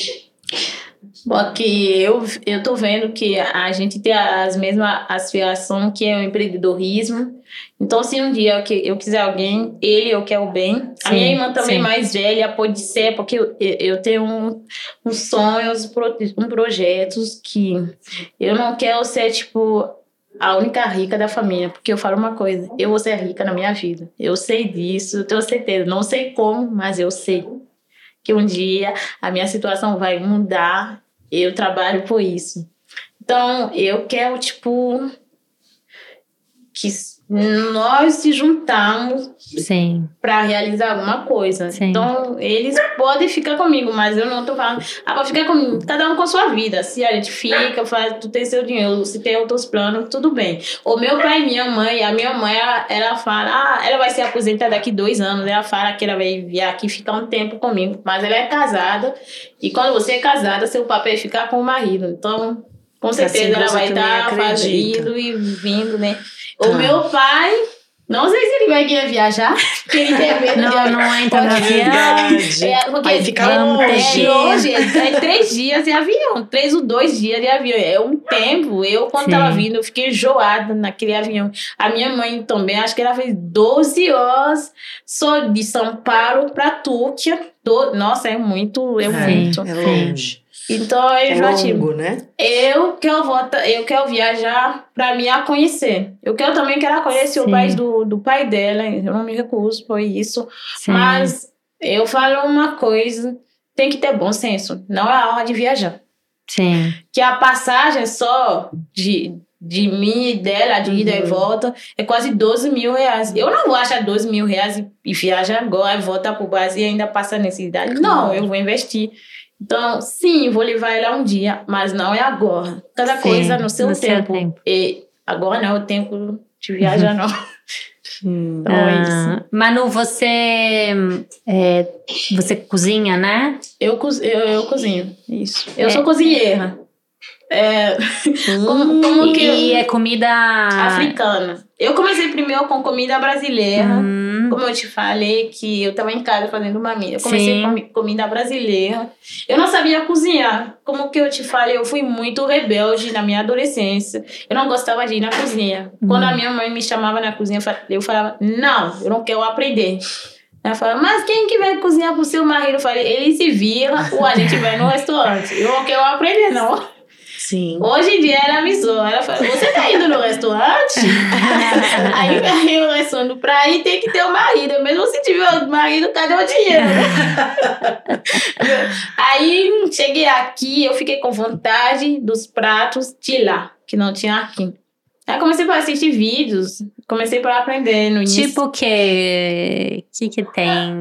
porque eu tô vendo que a gente tem as mesmas aspirações, que é o empreendedorismo. Então, se um dia eu quiser alguém, eu quero bem. Sim, a minha irmã também mais velha pode ser, porque eu tenho uns sonhos, projetos que eu não quero ser, tipo, a única rica da família. Porque eu falo uma coisa, eu vou ser rica na minha vida. Eu sei disso, eu tenho certeza. Não sei como, mas eu sei que um dia a minha situação vai mudar. Eu trabalho por isso. Então, eu quero, tipo, que nós se juntamos para realizar alguma coisa. Sim. Então, eles podem ficar comigo, mas eu não tô falando, para ficar comigo, cada um com a sua vida. Se a gente fica, tu tem seu dinheiro, se tem outros planos, tudo bem. O meu pai e minha mãe, a minha mãe, ela fala, ela vai se aposentar daqui 2 anos, ela fala que ela vai vir aqui ficar um tempo comigo, mas ela é casada, e quando você é casada, seu papel é ficar com o marido. Então, com certeza ela vai estar fazendo e vindo, né? O meu pai, não sei se ele vai querer viajar, porque ele tem medo de... Não entra no avião. Porque vai ficar longe. Hoje é 3 dias de avião, 3 ou 2 dias de avião. É um tempo. Eu, quando tava vindo, eu fiquei enjoada naquele avião. A minha mãe também, acho que ela fez 12 horas só de São Paulo pra Turquia. Nossa, é muito. É longe. Então, eu já tive. Né? Eu quero viajar para me conhecer. Eu também quero conhecer o país do pai dela. Eu não me recuso por isso. Sim. Mas eu falo uma coisa: tem que ter bom senso. Não é a hora de viajar. Sim. Que a passagem só de mim e dela, de ida e volta, é quase 12 mil reais. Eu não vou achar 12 mil reais e viajar agora, voltar para o Brasil e ainda passar necessidade. Não, eu vou investir. Então, sim, vou levar ela um dia, mas não é agora. Cada coisa no seu tempo. E agora não é o tempo de viajar, não. Então é isso. Manu, você cozinha, né? Eu cozinho, isso. Eu sou cozinheira. E é comida africana. Eu comecei primeiro com comida brasileira. Como eu te falei, que eu estava em casa fazendo marmita. Eu comecei com comida brasileira. Eu não sabia cozinhar. Como que eu te falei, eu fui muito rebelde na minha adolescência. Eu não gostava de ir na cozinha. Quando a minha mãe me chamava na cozinha, eu falava, não, eu não quero aprender. Ela falava, mas quem que vai cozinhar pro seu marido? Eu falei, ele se vira ou a gente vai no restaurante. Eu não quero aprender, não. Sim. Hoje em dia ela me zoa. Ela fala, você tá indo no restaurante? Aí eu respondo, pra ir tem que ter o marido. Mesmo se tiver o marido, cadê o dinheiro? Aí cheguei aqui, eu fiquei com vontade dos pratos de lá, que não tinha aqui. Aí comecei para assistir vídeos, comecei para aprender no início. Tipo o quê? O que tem?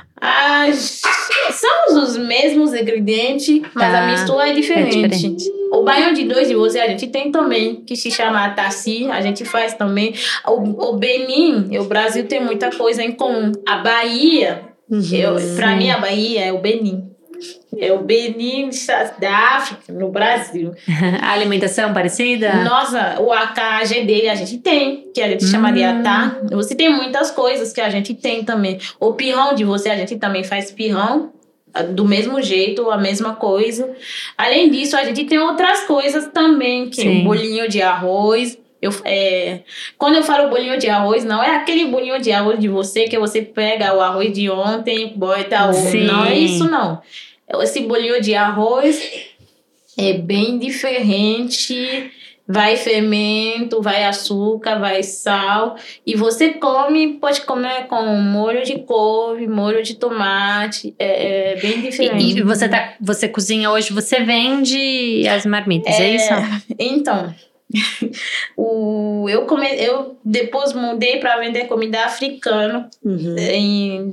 São os mesmos ingredientes, mas a mistura é diferente. O baião de dois de você a gente tem também, que se chama tassi, a gente faz também. O Benin, o Brasil tem muita coisa em comum. A Bahia, para mim a Bahia é o Benin. É o Benin da África, no Brasil. A alimentação parecida? Nossa, o acarajé dele a gente tem, que a gente chamaria atá. Você tem muitas coisas que a gente tem também. O pirrão de você, a gente também faz pirrão. Do mesmo jeito, a mesma coisa. Além disso, a gente tem outras coisas também, que o bolinho de arroz. Quando eu falo bolinho de arroz, não é aquele bolinho de arroz de você, que você pega o arroz de ontem, bota o... Não é isso, não. Esse bolinho de arroz é bem diferente. Vai fermento, vai açúcar, vai sal. E você pode comer com molho de couve, molho de tomate. É bem diferente. E você cozinha hoje, você vende as marmitas, é isso? Então, eu depois mudei para vender comida africana em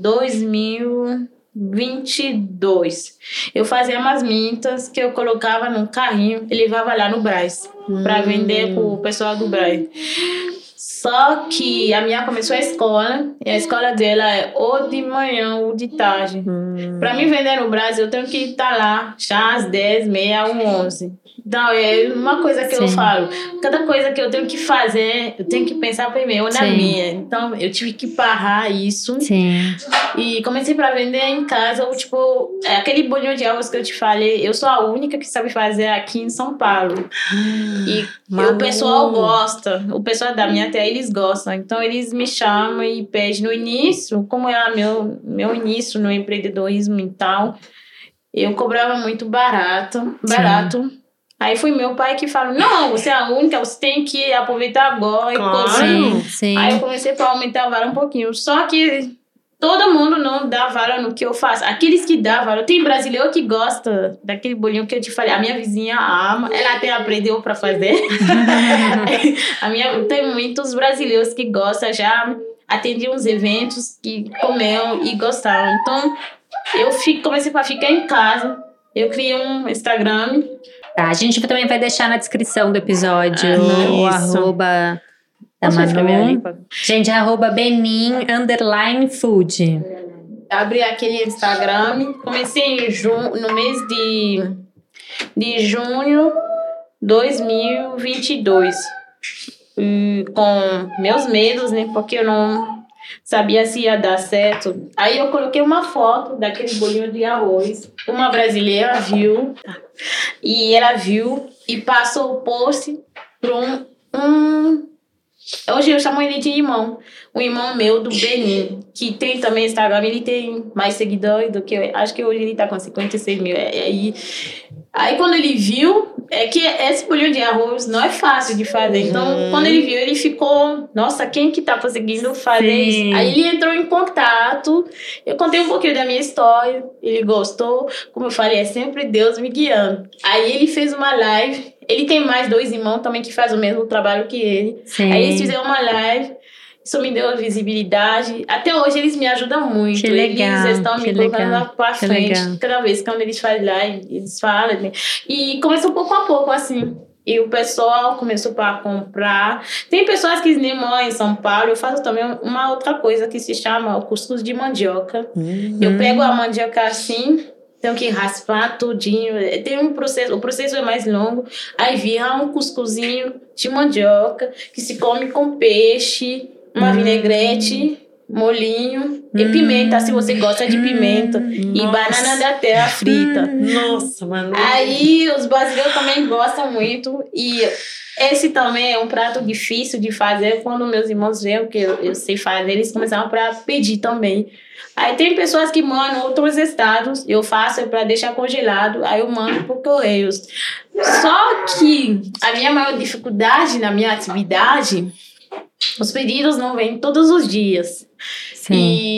2022. Eu fazia umas mintas que eu colocava num carrinho e levava lá no Brás para vender pro pessoal do Brás. Só que a minha começou a escola e a escola dela é ou de manhã ou de tarde. Para mim vender no Brás, eu tenho que estar lá já às 10, meia ou 11. Então, é uma coisa que eu falo. Cada coisa que eu tenho que fazer, eu tenho que pensar primeiro na minha. Então, eu tive que parar isso. E comecei para vender em casa. Aquele bolinho de arroz que eu te falei, eu sou a única que sabe fazer aqui em São Paulo. E o pessoal gosta. O pessoal da minha terra, eles gostam. Então, eles me chamam e pedem no início, como era meu início no empreendedorismo e tal, eu cobrava muito barato. Aí foi meu pai que falou, não, você é a única, você tem que aproveitar agora e cozinhar. Aí eu comecei para aumentar o valor um pouquinho. Só que todo mundo não dá valor no que eu faço. Aqueles que dão valor, tem brasileiro que gosta daquele bolinho que eu te falei. A minha vizinha ama, ela até aprendeu para fazer. Tem muitos brasileiros que gostam, já atendi uns eventos que comeram e gostaram. Então, eu comecei para ficar em casa. Eu criei um Instagram. Tá, a gente também vai deixar na descrição do episódio o arroba da Manu. Gente, @Benin_food. Abri aquele Instagram. Comecei no mês de junho 2022. Com meus medos, né? Porque eu não sabia se ia dar certo. Aí eu coloquei uma foto daquele bolinho de arroz. Uma brasileira viu. E ela viu e passou o post para Hoje eu chamo ele de irmão. Um irmão meu do Benin, que tem também Instagram, ele tem mais seguidores do que eu. Acho que hoje ele tá com 56 mil. Aí quando ele viu, é que esse bolinho de arroz não é fácil de fazer. Então, quando ele viu, ele ficou, nossa, quem que tá conseguindo fazer isso? Aí ele entrou em contato, eu contei um pouquinho da minha história, ele gostou. Como eu falei, é sempre Deus me guiando. Aí ele fez uma live, ele tem mais 2 irmãos também que fazem o mesmo trabalho que ele. Sim. Aí eles fizeram uma live. Isso me deu visibilidade. Até hoje eles me ajudam muito. Que legal, eles estão me colocando lá pra frente. Legal. Cada vez quando eles fazem live, eles falam. E começou pouco a pouco, assim. E o pessoal começou a comprar. Tem pessoas que nem moram em São Paulo. Eu faço também uma outra coisa que se chama o cuscuz de mandioca. Eu pego a mandioca assim, tenho que raspar tudinho. Tem um processo, o processo é mais longo. Aí vira um cuscuzinho de mandioca que se come com peixe, uma vinagrete, molinho e pimenta, se você gosta de pimenta. E banana da terra frita. Nossa, mano. Aí os brasileiros também gostam muito. E esse também é um prato difícil de fazer. Quando meus irmãos veem que eu sei fazer, eles começaram a pedir também. Aí tem pessoas que mandam em outros estados, eu faço para deixar congelado, aí eu mando por correios. Só que a minha maior dificuldade na minha atividade, os pedidos não vêm todos os dias. Sim.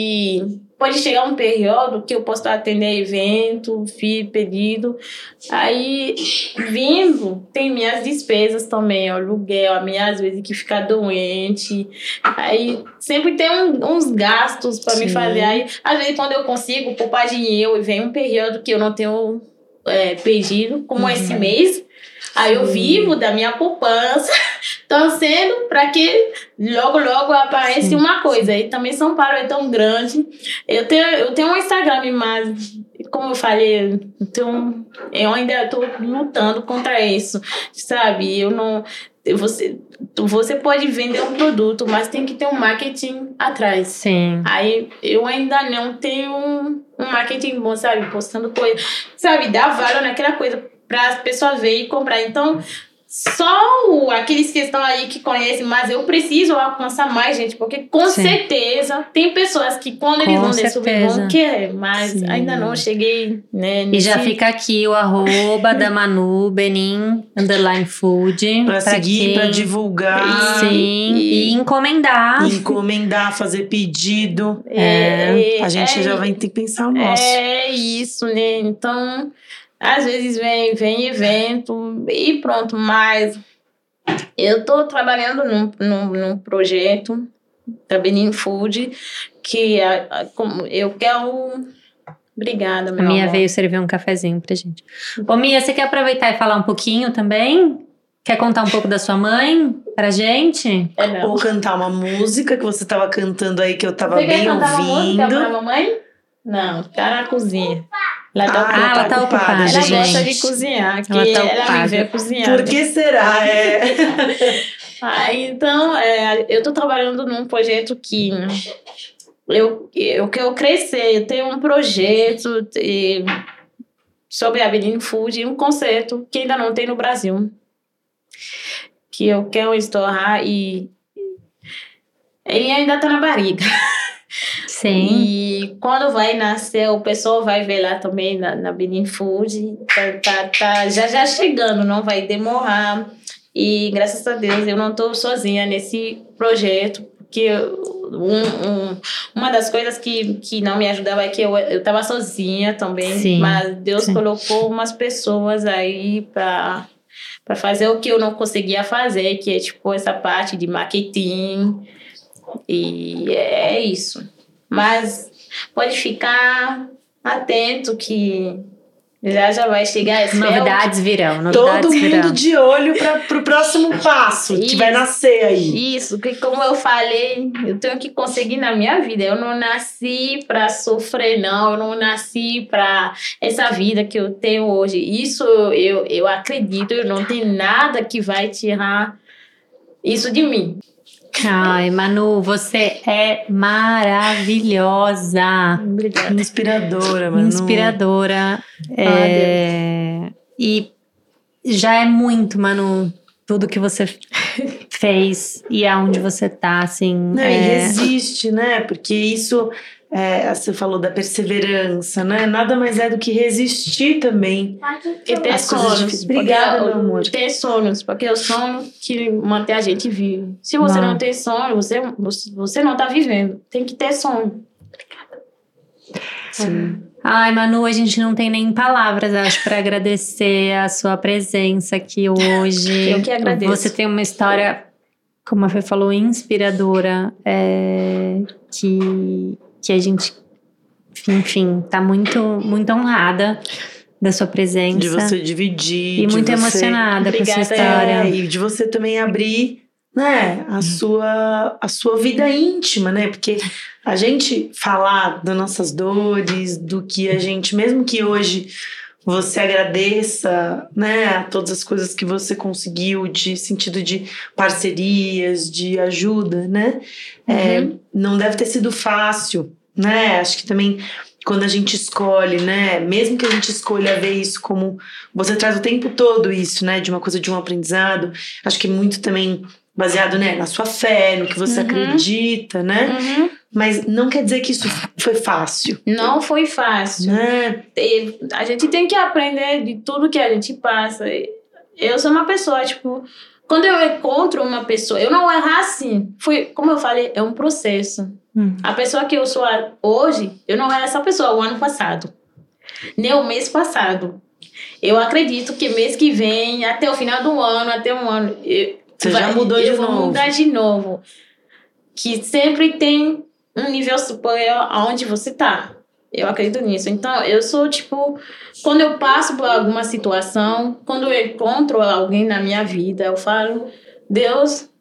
E pode chegar um período que eu posso atender evento, pedido. Aí, vindo, tem minhas despesas também, aluguel, a minha às vezes que fica doente. Aí, sempre tem uns gastos para me fazer. Aí, às vezes, quando eu consigo poupar dinheiro e vem um período que eu não tenho pedido, como esse mês, aí eu vivo da minha poupança, torcendo para que logo apareça uma coisa. E também São Paulo é tão grande. Eu tenho um Instagram, mas como eu falei, eu ainda estou lutando contra isso, sabe? Você pode vender um produto, mas tem que ter um marketing atrás. Sim. Aí eu ainda não tenho um marketing bom, sabe? Postando coisa, sabe? Dar valor naquela coisa para as pessoas verem e comprar. Então, só aqueles que estão aí que conhecem, mas eu preciso alcançar mais gente, porque com certeza tem pessoas que quando eles vão descobrir vão querer, mas ainda não cheguei, né? E já fica aqui o @ da Manu Benin _food pra seguir, pra divulgar. Sim, e encomendar. Encomendar, fazer pedido. A gente já vai ter que pensar o nosso. É isso, né? Então, às vezes vem evento e pronto, mas eu tô trabalhando num projeto da Benin Food que eu quero... Obrigada, meu amor. A Mia veio servir um cafezinho pra gente. Ô Mia, você quer aproveitar e falar um pouquinho também? Quer contar um pouco da sua mãe pra gente? Ou cantar uma música que você tava cantando aí, que eu tava bem ouvindo. Você quer cantar uma música pra mamãe? Não, tá na cozinha. Ela tá ocupada, gente. Ela gosta de cozinhar, que ela me vê cozinhar. Por que será? Então, eu tô trabalhando num projeto que eu quero crescer. Eu tenho um projeto sobre a Benin Food, um conceito que ainda não tem no Brasil, que eu quero estourar e ele ainda tá na barriga. Sim. E quando vai nascer, o pessoal vai ver lá também na Benin Food. Tá já chegando, não vai demorar. E graças a Deus eu não estou sozinha nesse projeto, porque uma das coisas que não me ajudava é que eu estava sozinha também. Sim. Mas Deus colocou umas pessoas aí para fazer o que eu não conseguia fazer, que é tipo essa parte de marketing. E é isso. Mas pode ficar atento que já vai chegar. Novidades virão. Todo mundo de olho pro próximo passo que vai nascer aí. Isso, que como eu falei, eu tenho que conseguir na minha vida. Eu não nasci para sofrer, não. Eu não nasci para essa vida que eu tenho hoje. Isso eu acredito. Eu não tenho nada que vai tirar isso de mim. Ai, Manu, você é maravilhosa. Obrigada. Inspiradora, Manu. Inspiradora. E já é muito, Manu, tudo que você fez e aonde você tá, assim. Não, e resiste, né? Porque isso, você falou da perseverança, né? Nada mais é do que resistir também. E ter sonhos. Obrigada, meu amor. Ter sonhos, porque é o sonho que mantém a gente vivo. Se você não tem sonho, você não tá vivendo. Tem que ter sonho. Sim. Ai, Manu, a gente não tem nem palavras, acho, para agradecer a sua presença aqui hoje. Eu que agradeço. Você tem uma história, como a Fê falou, inspiradora, que a gente, enfim, tá muito, muito honrada da sua presença. De você dividir. E muito emocionada com essa história. E de você também abrir, né, a sua vida íntima, né? Porque a gente falar das nossas dores, do que a gente, mesmo que hoje você agradeça, né, todas as coisas que você conseguiu de sentido de parcerias, de ajuda, né? Não deve ter sido fácil, né? Acho que também quando a gente escolhe, né, mesmo que a gente escolha ver isso como você traz o tempo todo isso, né, de uma coisa, de um aprendizado, acho que muito também baseado, né, na sua fé, no que você acredita, né? Mas não quer dizer que isso foi fácil. Não foi fácil. Né? A gente tem que aprender de tudo que a gente passa. Eu sou uma pessoa, tipo, quando eu encontro uma pessoa, eu não errar assim. Como eu falei, é um processo. A pessoa que eu sou hoje, eu não era essa pessoa o ano passado. Nem o mês passado. Eu acredito que mês que vem, até o final do ano, até um ano... Você já mudou de novo. Eu vou mudar de novo. Que sempre tem um nível superior aonde você tá. Eu acredito nisso. Então, eu sou, tipo... Quando eu passo por alguma situação, quando eu encontro alguém na minha vida, eu falo... Deus,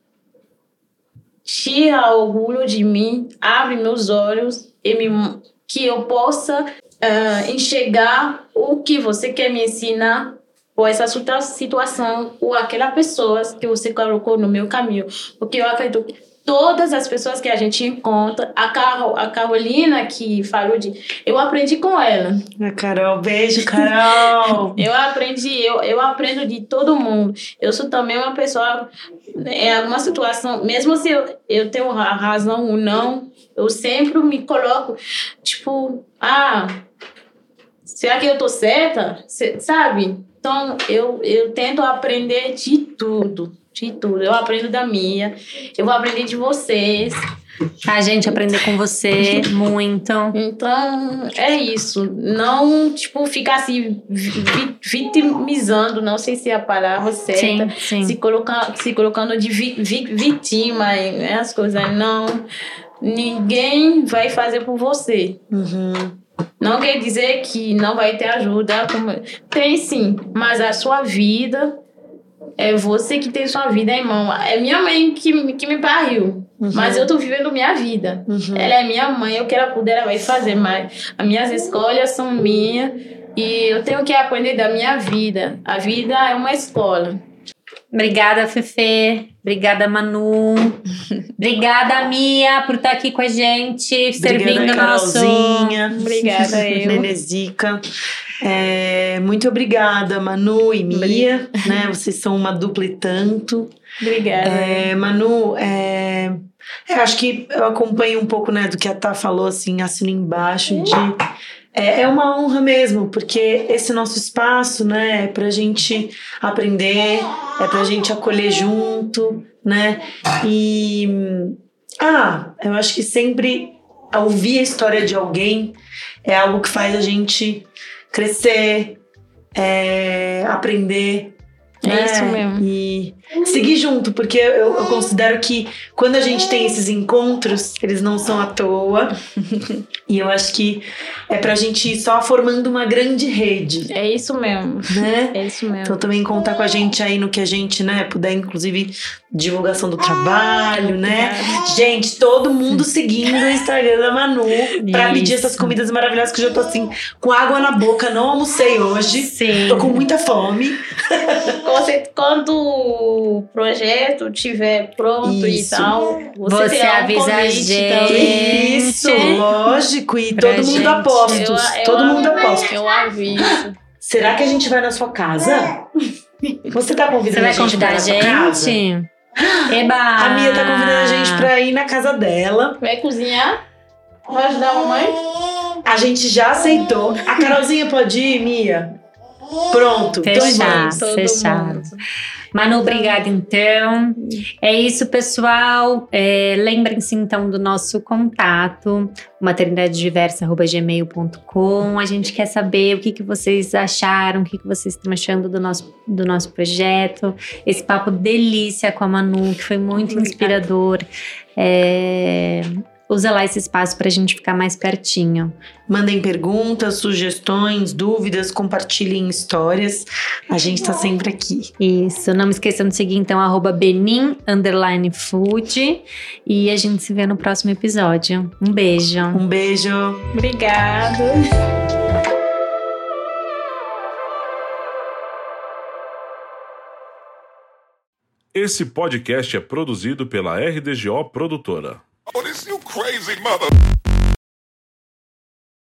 tira o orgulho de mim, abre meus olhos, que eu possa enxergar o que você quer me ensinar por essa situação, ou aquela pessoa que você colocou no meu caminho. Porque eu acredito que todas as pessoas que a gente encontra, a Carolina que falou eu aprendi com ela. A Carol, beijo, Carol! eu aprendo de todo mundo. Eu sou também uma pessoa, em alguma situação, mesmo se eu tenho razão ou não, eu sempre me coloco, tipo, será que eu tô certa? Sabe? Então, eu tento aprender de tudo. Eu aprendo da minha, eu vou aprender de vocês. A gente aprender com você muito. Então, é isso. Não, tipo, ficar se vitimizando, não sei se é a palavra certa. Sim. Se colocando de vítima, né, as coisas. Não, ninguém vai fazer por você. Não quer dizer que não vai ter ajuda. Tem sim, mas a sua vida é você que tem sua vida em mão. É minha mãe que me pariu, mas eu tô vivendo minha vida. Ela é minha mãe, o que ela puder ela vai fazer, mas as minhas escolhas são minhas e eu tenho que aprender da minha vida. A vida é uma escola. Obrigada, Fefe. Obrigada, Manu. Obrigada, Mia, por estar aqui com a gente, servindo Carolzinha. Obrigada, eu. Nenezica. Muito obrigada, Manu e Mia. Né? Vocês são uma dupla e tanto. Obrigada. Manu, acho que eu acompanho um pouco, né, do que a Tá falou, assim, assino embaixo de... É uma honra mesmo, porque esse nosso espaço, né, é pra gente aprender, é pra gente acolher junto, né, e... eu acho que sempre ouvir a história de alguém é algo que faz a gente crescer, aprender. É isso mesmo. E seguir junto, porque eu considero que quando a gente tem esses encontros, eles não são à toa. E eu acho que é pra gente ir só formando uma grande rede. É isso mesmo. Né? É isso mesmo. Então também contar com a gente aí no que a gente, né, puder, inclusive divulgação do trabalho, né? Gente, todo mundo seguindo o Instagram da Manu pra pedir essas comidas maravilhosas, que eu já tô assim, com água na boca, não almocei hoje. Sim. Tô com muita fome. Quando o projeto estiver pronto e tal, você avisa a gente. Isso, lógico. E todo mundo apostos. Todo mundo aposta. Eu aviso. Será que a gente vai na sua casa? Você tá convidando a gente? Você vai convidar a gente? Eba! A Mia tá convidando a gente pra ir na casa dela. Vai cozinhar? Vai ajudar a mamãe? A gente já aceitou. A Carolzinha pode ir, Mia? Pronto. Fechado. Manu, obrigada então. É isso, pessoal. Lembrem-se então do nosso contato, maternidadediversa@gmail.com. A gente quer saber o que vocês acharam, o que vocês estão achando do nosso projeto. Esse papo delícia com a Manu, que foi muito inspirador. Usa lá esse espaço pra gente ficar mais pertinho. Mandem perguntas, sugestões, dúvidas, compartilhem histórias. A gente tá sempre aqui. Isso, não me esqueçam de seguir então @benin_food e a gente se vê no próximo episódio. Um beijo. Um beijo. Obrigada. Esse podcast é produzido pela RDGO Produtora. Oh, this you crazy mother...